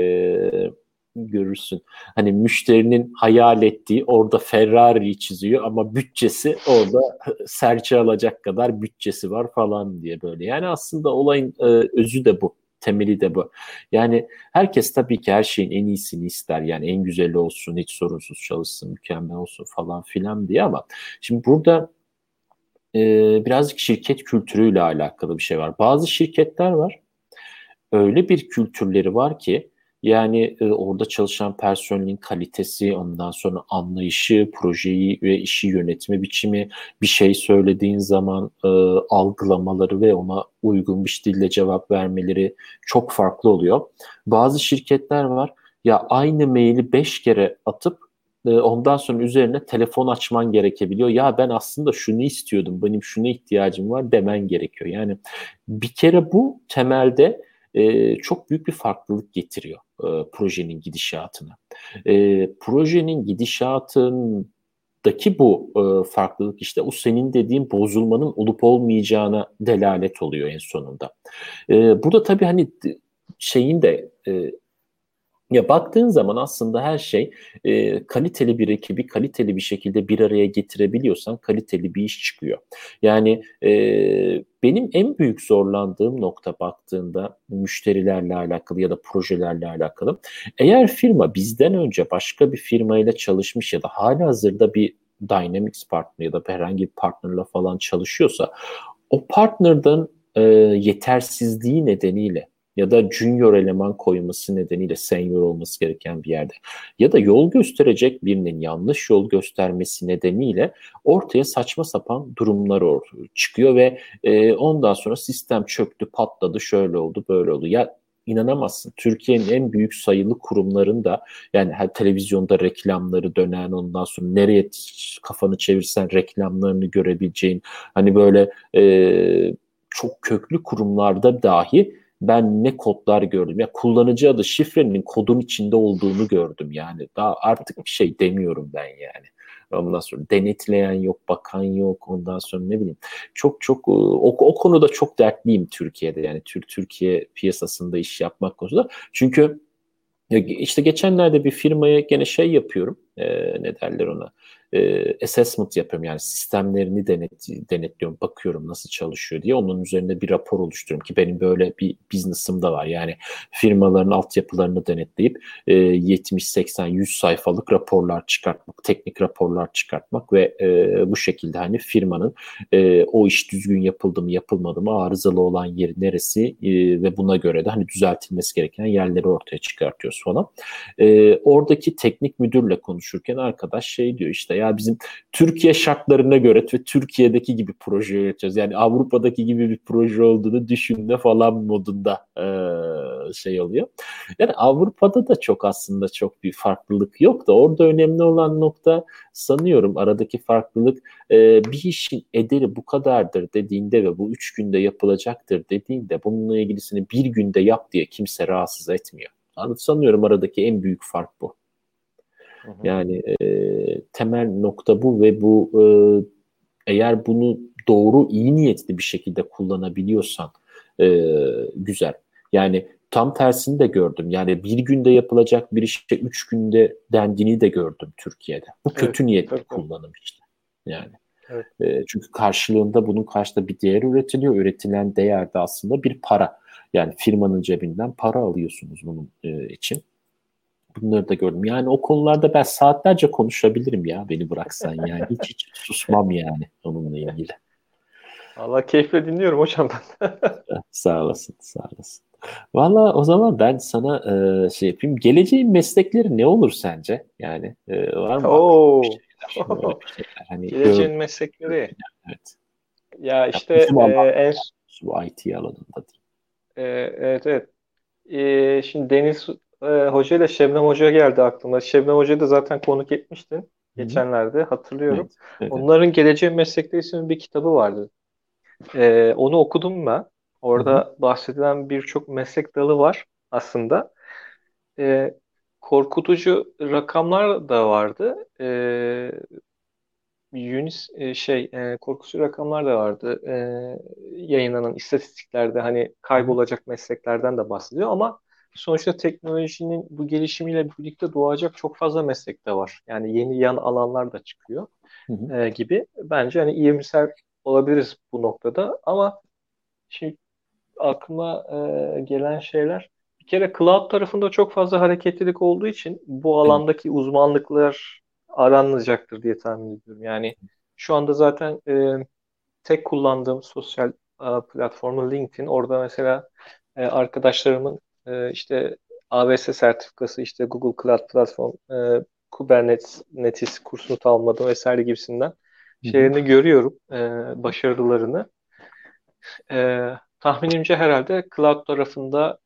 görürsün. Hani müşterinin hayal ettiği orada Ferrari'yi çiziyor ama bütçesi orada serçe alacak kadar bütçesi var falan diye böyle. Yani aslında olayın özü de bu. Temeli de bu. Yani herkes tabii ki her şeyin en iyisini ister. Yani en güzeli olsun, hiç sorunsuz çalışsın, mükemmel olsun falan filan diye, ama şimdi burada birazcık şirket kültürüyle alakalı bir şey var. Bazı şirketler var, öyle bir kültürleri var ki yani orada çalışan personelin kalitesi, ondan sonra anlayışı, projeyi ve işi yönetme biçimi, bir şey söylediğin zaman algılamaları ve ona uygun bir dille cevap vermeleri çok farklı oluyor. Bazı şirketler var ya, aynı maili 5 kere atıp ondan sonra üzerine telefon açman gerekebiliyor. Ya ben aslında şunu istiyordum, benim şuna ihtiyacım var demen gerekiyor. Yani bir kere bu temelde çok büyük bir farklılık getiriyor projenin gidişatına. Projenin gidişatındaki bu farklılık, işte o senin dediğin bozulmanın olup olmayacağına delalet oluyor en sonunda. Burada tabii hani şeyin de ya baktığın zaman aslında her şey kaliteli bir ekibi kaliteli bir şekilde bir araya getirebiliyorsan kaliteli bir iş çıkıyor. Yani benim en büyük zorlandığım nokta baktığında müşterilerle alakalı ya da projelerle alakalı. Eğer firma bizden önce başka bir firmayla çalışmış ya da halihazırda bir Dynamics partner ya da herhangi bir partnerla falan çalışıyorsa, o partnerden yetersizliği nedeniyle ya da junior eleman koyması nedeniyle senior olması gereken bir yerde ya da yol gösterecek birinin yanlış yol göstermesi nedeniyle ortaya saçma sapan durumlar çıkıyor ve ondan sonra sistem çöktü, patladı, şöyle oldu, böyle oldu. Ya inanamazsın. Türkiye'nin en büyük sayılı kurumlarında yani her televizyonda reklamları dönen ondan sonra nereye kafanı çevirsen reklamlarını görebileceğin hani böyle çok köklü kurumlarda dahi ben ne kodlar gördüm. Ya kullanıcı adı şifrenin kodun içinde olduğunu gördüm yani. Daha artık bir şey demiyorum ben yani. Ondan sonra denetleyen yok, bakan yok. Ondan sonra ne bileyim. Çok çok o konuda çok dertliyim Türkiye'de yani Türkiye piyasasında iş yapmak konusunda. Çünkü ya işte geçenlerde bir firmaya gene şey yapıyorum. Ne derler ona? Assessment yapıyorum yani sistemlerini denetliyorum, bakıyorum nasıl çalışıyor diye. Onun üzerinde bir rapor oluşturuyorum ki benim böyle bir business'ım da var. Yani firmaların altyapılarını denetleyip 70, 80, 100 sayfalık raporlar çıkartmak, teknik raporlar çıkartmak ve bu şekilde hani firmanın o iş düzgün yapıldı mı, yapılmadı mı, arızalı olan yeri neresi ve buna göre de hani düzeltilmesi gereken yerleri ortaya çıkartıyoruz falan. Oradaki teknik müdürle konuşurken arkadaş şey diyor işte ya bizim Türkiye şartlarına göre ve Türkiye'deki gibi proje yönetiyoruz. Yani Avrupa'daki gibi bir proje olduğunu düşünme falan modunda şey oluyor. Yani Avrupa'da da çok aslında çok bir farklılık yok da orada önemli olan nokta sanıyorum aradaki farklılık bir işin ederi bu kadardır dediğinde ve bu 3 günde yapılacaktır dediğinde bununla ilgilisini bir günde yap diye kimse rahatsız etmiyor. Sanıyorum aradaki en büyük fark bu. Hı hı. Yani temel nokta bu ve bu eğer bunu doğru iyi niyetli bir şekilde kullanabiliyorsan güzel. Yani tam tersini de gördüm. Yani bir günde yapılacak bir işte 3 günde dendiğini de gördüm Türkiye'de. Bu Evet. kötü niyetli Tabii, tabii. kullanım işte. Yani. Evet. Çünkü karşılığında bunun karşısında bir değer üretiliyor. Üretilen değer de aslında bir para. Yani firmanın cebinden para alıyorsunuz bunun için. Bunları da gördüm. Yani o konularda ben saatlerce konuşabilirim ya beni bıraksan yani. Hiç susmam yani onunla ilgili. Vallahi keyifle dinliyorum hocam ben. Sağ olasın, sağ olasın. Valla o zaman ben sana şey yapayım. Geleceğin meslekleri ne olur sence? Yani var mı aklında bir Oo. şeyler? Böyle bir şeyler. Hani Geleceğin gördüm. meslekleri. Evet. Ya Ya işte bizim en alanlarda, bu IT alanında değil. evet, evet. Şimdi Deniz Hoca ile Şebnem Hoca geldi aklıma. Şebnem Hoca'yı da zaten konuk etmiştin Hı-hı. geçenlerde hatırlıyorum. Evet, evet. Onların Geleceğin Meslekleri isimli bir kitabı vardı. Onu okudum ben. Hı-hı. Orada bahsedilen birçok meslek dalı var aslında. E, Korkutucu rakamlar da vardı. Korkutucu rakamlar da vardı. Yayınlanan istatistiklerde hani Hı-hı. kaybolacak mesleklerden de bahsediyor ama sonuçta teknolojinin bu gelişimiyle birlikte doğacak çok fazla meslek de var. Yani yeni yan alanlar da çıkıyor Hı-hı. gibi. Bence hani iyimser olabiliriz bu noktada ama şimdi aklıma gelen şeyler bir kere cloud tarafında çok fazla hareketlilik olduğu için bu Evet. alandaki uzmanlıklar aranmayacaktır diye tahmin ediyorum. Yani şu anda zaten tek kullandığım sosyal platformu LinkedIn. Orada mesela arkadaşlarımın işte AWS sertifikası, işte Google Cloud Platform, Kubernetes kursunu tamamladım vesaire gibisinden Hı-hı. şeylerini görüyorum, başarılarını. Tahminimce herhalde cloud tarafında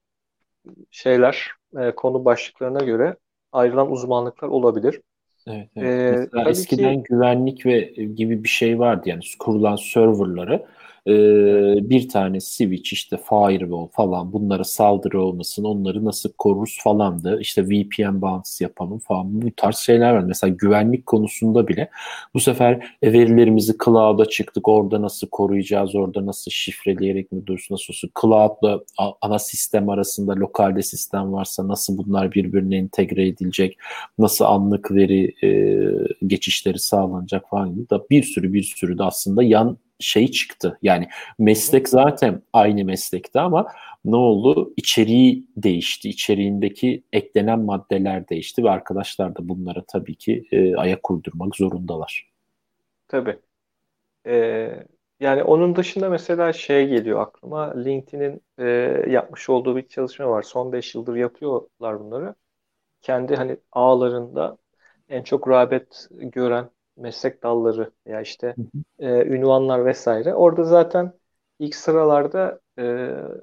konu başlıklarına göre ayrılan uzmanlıklar olabilir. Evet, evet. Mesela Tabii ki eskiden güvenlik ve gibi bir şey vardı yani kurulan serverları evet, bir tane switch işte firewall falan bunlara saldırı olmasın onları nasıl koruruz falandı. İşte VPN bağlantısı yapalım falan bu tarz şeyler var. Mesela güvenlik konusunda bile bu sefer verilerimizi cloud'a çıktık orada nasıl koruyacağız orada nasıl şifreleyerek mi dursun nasıl olsun cloud'la ana sistem arasında lokalde sistem varsa nasıl bunlar birbirine entegre edilecek nasıl anlık veri geçişleri sağlanacak falan gibi da bir sürü de aslında yan şey çıktı. Yani hı hı, meslek zaten aynı meslekti ama ne oldu? İçeriği değişti. İçeriğindeki eklenen maddeler değişti ve arkadaşlar da bunlara tabii ki ayak uydurmak zorundalar. tabii. Ee, Yani onun dışında mesela şey geliyor aklıma. LinkedIn'in yapmış olduğu bir çalışma var. Son 5 yıldır yapıyorlar bunları. Kendi hani ağlarında en çok rağbet gören meslek dalları ya işte ünvanlar vesaire. Orada zaten ilk sıralarda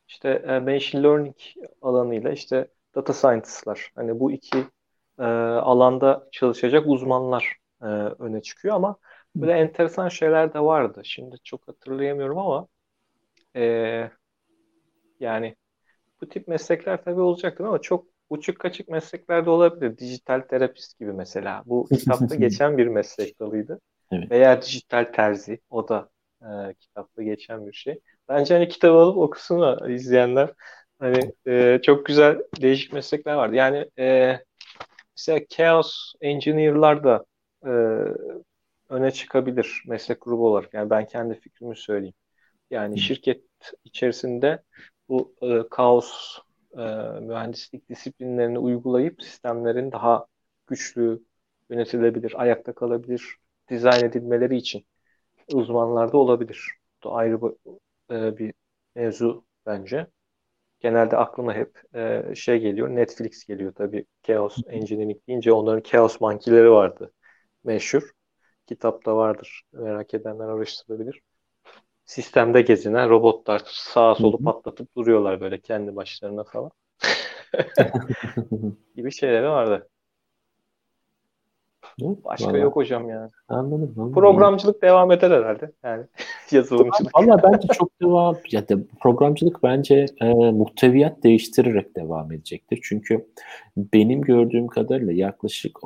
işte machine learning alanıyla işte data scientist'lar. Hani bu iki alanda çalışacak uzmanlar öne çıkıyor ama böyle enteresan şeyler de vardı. Şimdi çok hatırlayamıyorum ama e, yani bu tip meslekler tabii olacaktır ama çok uçuk kaçık meslekler de olabilir. Dijital terapist gibi mesela. Bu kitapta geçen bir meslek dalıydı. Evet. Veya dijital terzi. O da kitapta geçen bir şey. Bence hani kitabı alıp okusun izleyenler. Hani çok güzel değişik meslekler vardı. Yani mesela Chaos Engineer'lar da e, öne çıkabilir meslek grubu olarak. Yani ben kendi fikrimi söyleyeyim. Yani şirket içerisinde bu kaos e, mühendislik disiplinlerini uygulayıp sistemlerin daha güçlü yönetilebilir, ayakta kalabilir, dizayn edilmeleri için uzmanlarda olabilir. Bu da ayrı bir mevzu bence. Genelde aklıma hep şey geliyor, Netflix geliyor tabii. Chaos Engineering deyince onların Chaos Monkey'leri vardı meşhur. Kitapta vardır. Merak edenler araştırabilir. Sistemde gezinen robotlar sağa Hı solu hı. patlatıp duruyorlar böyle kendi başlarına falan. Gibi şeyleri vardı. Evet, Başka valla yok hocam yani. anladım, anladım. İyi. Programcılık devam eder herhalde. Yani yazılımcılık. Valla bence çok devam ya da programcılık bence muhteviyat değiştirerek devam edecektir. Çünkü benim gördüğüm kadarıyla yaklaşık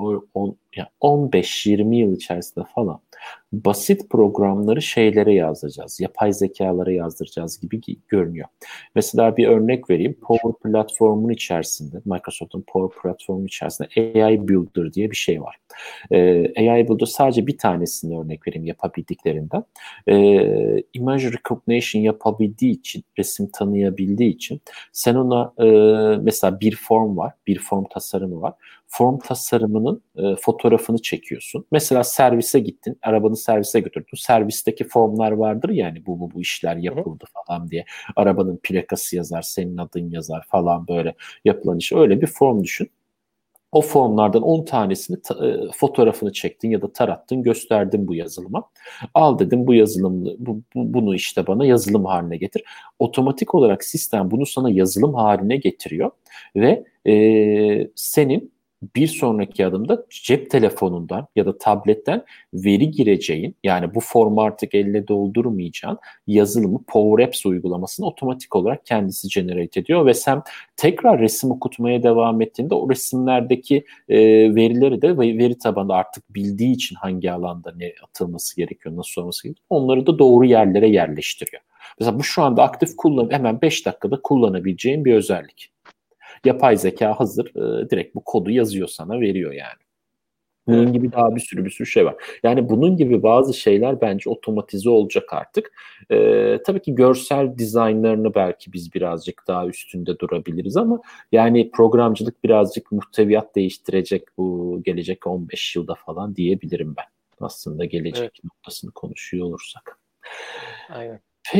15-20 yıl içerisinde falan basit programları şeylere yazacağız. Yapay zekalara yazdıracağız gibi görünüyor. Mesela bir örnek vereyim. Power platformun içerisinde, Microsoft'un Power platformunun içerisinde AI Builder diye bir şey var. AI Builder sadece bir tanesini örnek vereyim yapabildiklerinden. Image recognition yapabildiği için, resim tanıyabildiği için sen ona mesela bir form var, bir form tasarımı var. Form tasarımının fotoğrafını çekiyorsun. Mesela servise gittin, arabanı servise götürdün. Servisteki formlar vardır yani bu işler Hı hı. yapıldı falan diye. Arabanın plakası yazar, senin adın yazar falan böyle yapılan iş. Öyle bir form düşün. O formlardan 10 tanesini fotoğrafını çektin ya da tarattın, gösterdin bu yazılıma. Al dedim bu yazılımı bunu işte bana yazılım haline getir. Otomatik olarak sistem bunu sana yazılım haline getiriyor ve senin bir sonraki adımda cep telefonundan ya da tabletten veri gireceğin yani bu formu artık elle doldurmayacağın yazılımı Power Apps uygulamasını otomatik olarak kendisi generate ediyor ve sen tekrar resim okutmaya devam ettiğinde o resimlerdeki verileri de veri tabanı artık bildiği için hangi alanda ne atılması gerekiyor, nasıl olması gerekiyor onları da doğru yerlere yerleştiriyor. Mesela bu şu anda aktif hemen 5 dakikada kullanabileceğin bir özellik. Yapay zeka hazır, direkt bu kodu yazıyor sana veriyor yani. Bunun Evet, gibi evet. daha bir sürü şey var. Yani bunun gibi bazı şeyler bence otomatize olacak artık. Tabii ki görsel dizaynlarını belki biz birazcık daha üstünde durabiliriz ama yani programcılık birazcık muhteviyat değiştirecek bu gelecek 15 yılda falan diyebilirim ben. Aslında Evet. gelecek noktasını konuşuyor olursak. Aynen.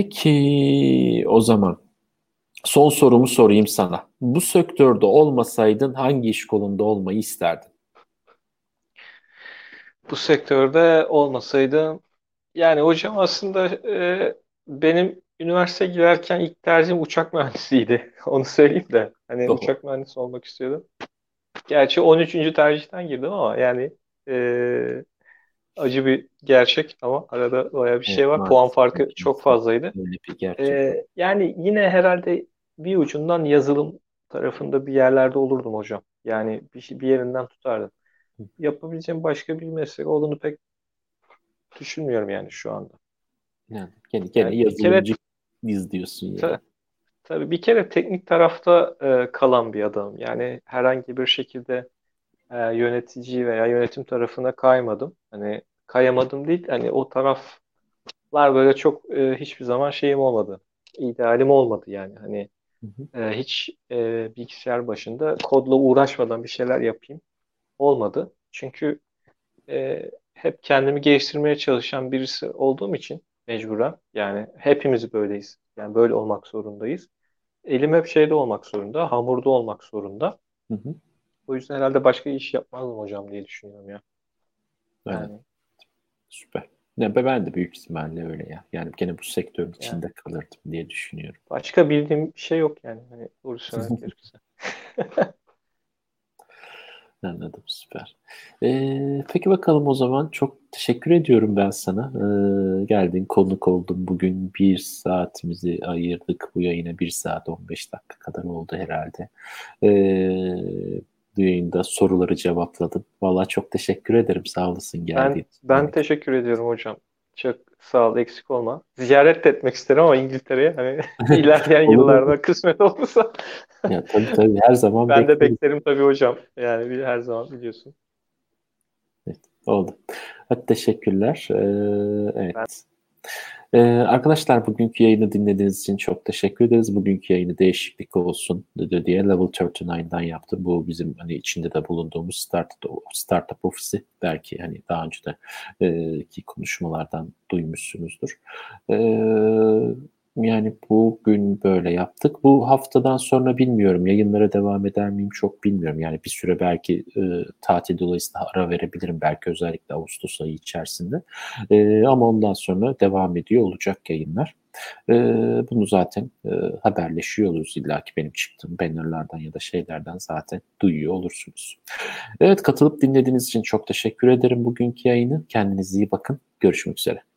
Peki o zaman son sorumu sorayım sana. Bu sektörde olmasaydın hangi iş kolunda olmayı isterdin? Bu sektörde olmasaydım yani hocam aslında benim üniversite girerken ilk tercihim uçak mühendisiydi. Onu söyleyeyim de. Hani Oho. uçak mühendisi olmak istiyordum. Gerçi 13. tercihten girdim ama yani e, acı bir gerçek ama arada bayağı bir Evet şey var. Puan maalesef. farkı çok fazlaydı. Öyle bir gerçek var. Yani yine herhalde bir ucundan yazılım tarafında bir yerlerde olurdum hocam. Yani bir yerinden tutardım. Yapabileceğim başka bir meslek olduğunu pek düşünmüyorum yani şu anda. Yani gene Yani bir kere yazılımcı diyorsun yani. ta- tabii bir kere teknik tarafta kalan bir adamım. Yani herhangi bir şekilde yönetici veya yönetim tarafına kaymadım. Hani kayamadım değil. Hani o taraflar böyle çok hiçbir zaman şeyim olmadı. İdealim olmadı yani. Hani Hı hı. hiç bilgisayar başında kodla uğraşmadan bir şeyler yapayım olmadı. Çünkü hep kendimi geliştirmeye çalışan birisi olduğum için mecburen yani hepimiz böyleyiz. Yani böyle olmak zorundayız. Elim hep şeyde olmak zorunda, hamurda olmak zorunda. Hı hı. O yüzden herhalde başka iş yapmazdım hocam diye düşünüyorum ya. Evet, Yani süper. Ya ben de büyük ihtimalle öyle ya. Yani gene bu sektörün Yani içinde kalırdım diye düşünüyorum. başka bildiğim bir şey yok yani. Hani doğru söylemek gerekirse. Anladım, süper. Peki bakalım o zaman. Çok teşekkür ediyorum ben sana. Geldin, konuk oldun. Bugün 1 saatimizi ayırdık bu yayına. 1 saat 15 dakika kadar oldu herhalde. Bu yayında soruları cevapladın. Vallahi çok teşekkür ederim. Sağ olasın Ben geldiğin için. ben teşekkür ediyorum hocam. Çok sağ ol, eksik olma. Ziyaret de etmek isterim ama İngiltere'ye hani ilerleyen Olur olur. yıllarda kısmet olursa Ya tabii tabii her zaman ben de bekleriz. beklerim tabii hocam. Yani her zaman biliyorsun. Evet, oldu. Hadi teşekkürler. Ben Evet. Arkadaşlar bugünkü yayını dinlediğiniz için çok teşekkür ederiz. Bugünkü yayını değişiklik olsun diye Level 39'dan yaptım. Bu bizim hani içinde de bulunduğumuz startup ofisi. Belki hani daha önce de ki konuşmalardan duymuşsunuzdur. Ee, Yani bugün böyle yaptık. Bu haftadan sonra bilmiyorum. Yayınlara devam eder miyim çok bilmiyorum. Yani bir süre belki tatil dolayısıyla ara verebilirim. Belki özellikle Ağustos ayı içerisinde. Ama ondan sonra devam ediyor olacak yayınlar. E, Bunu zaten haberleşiyor oluruz illa ki benim çıktığım bannerlardan ya da şeylerden zaten duyuyor olursunuz. Evet katılıp dinlediğiniz için çok teşekkür ederim bugünkü yayını. Kendinize iyi bakın. Görüşmek üzere.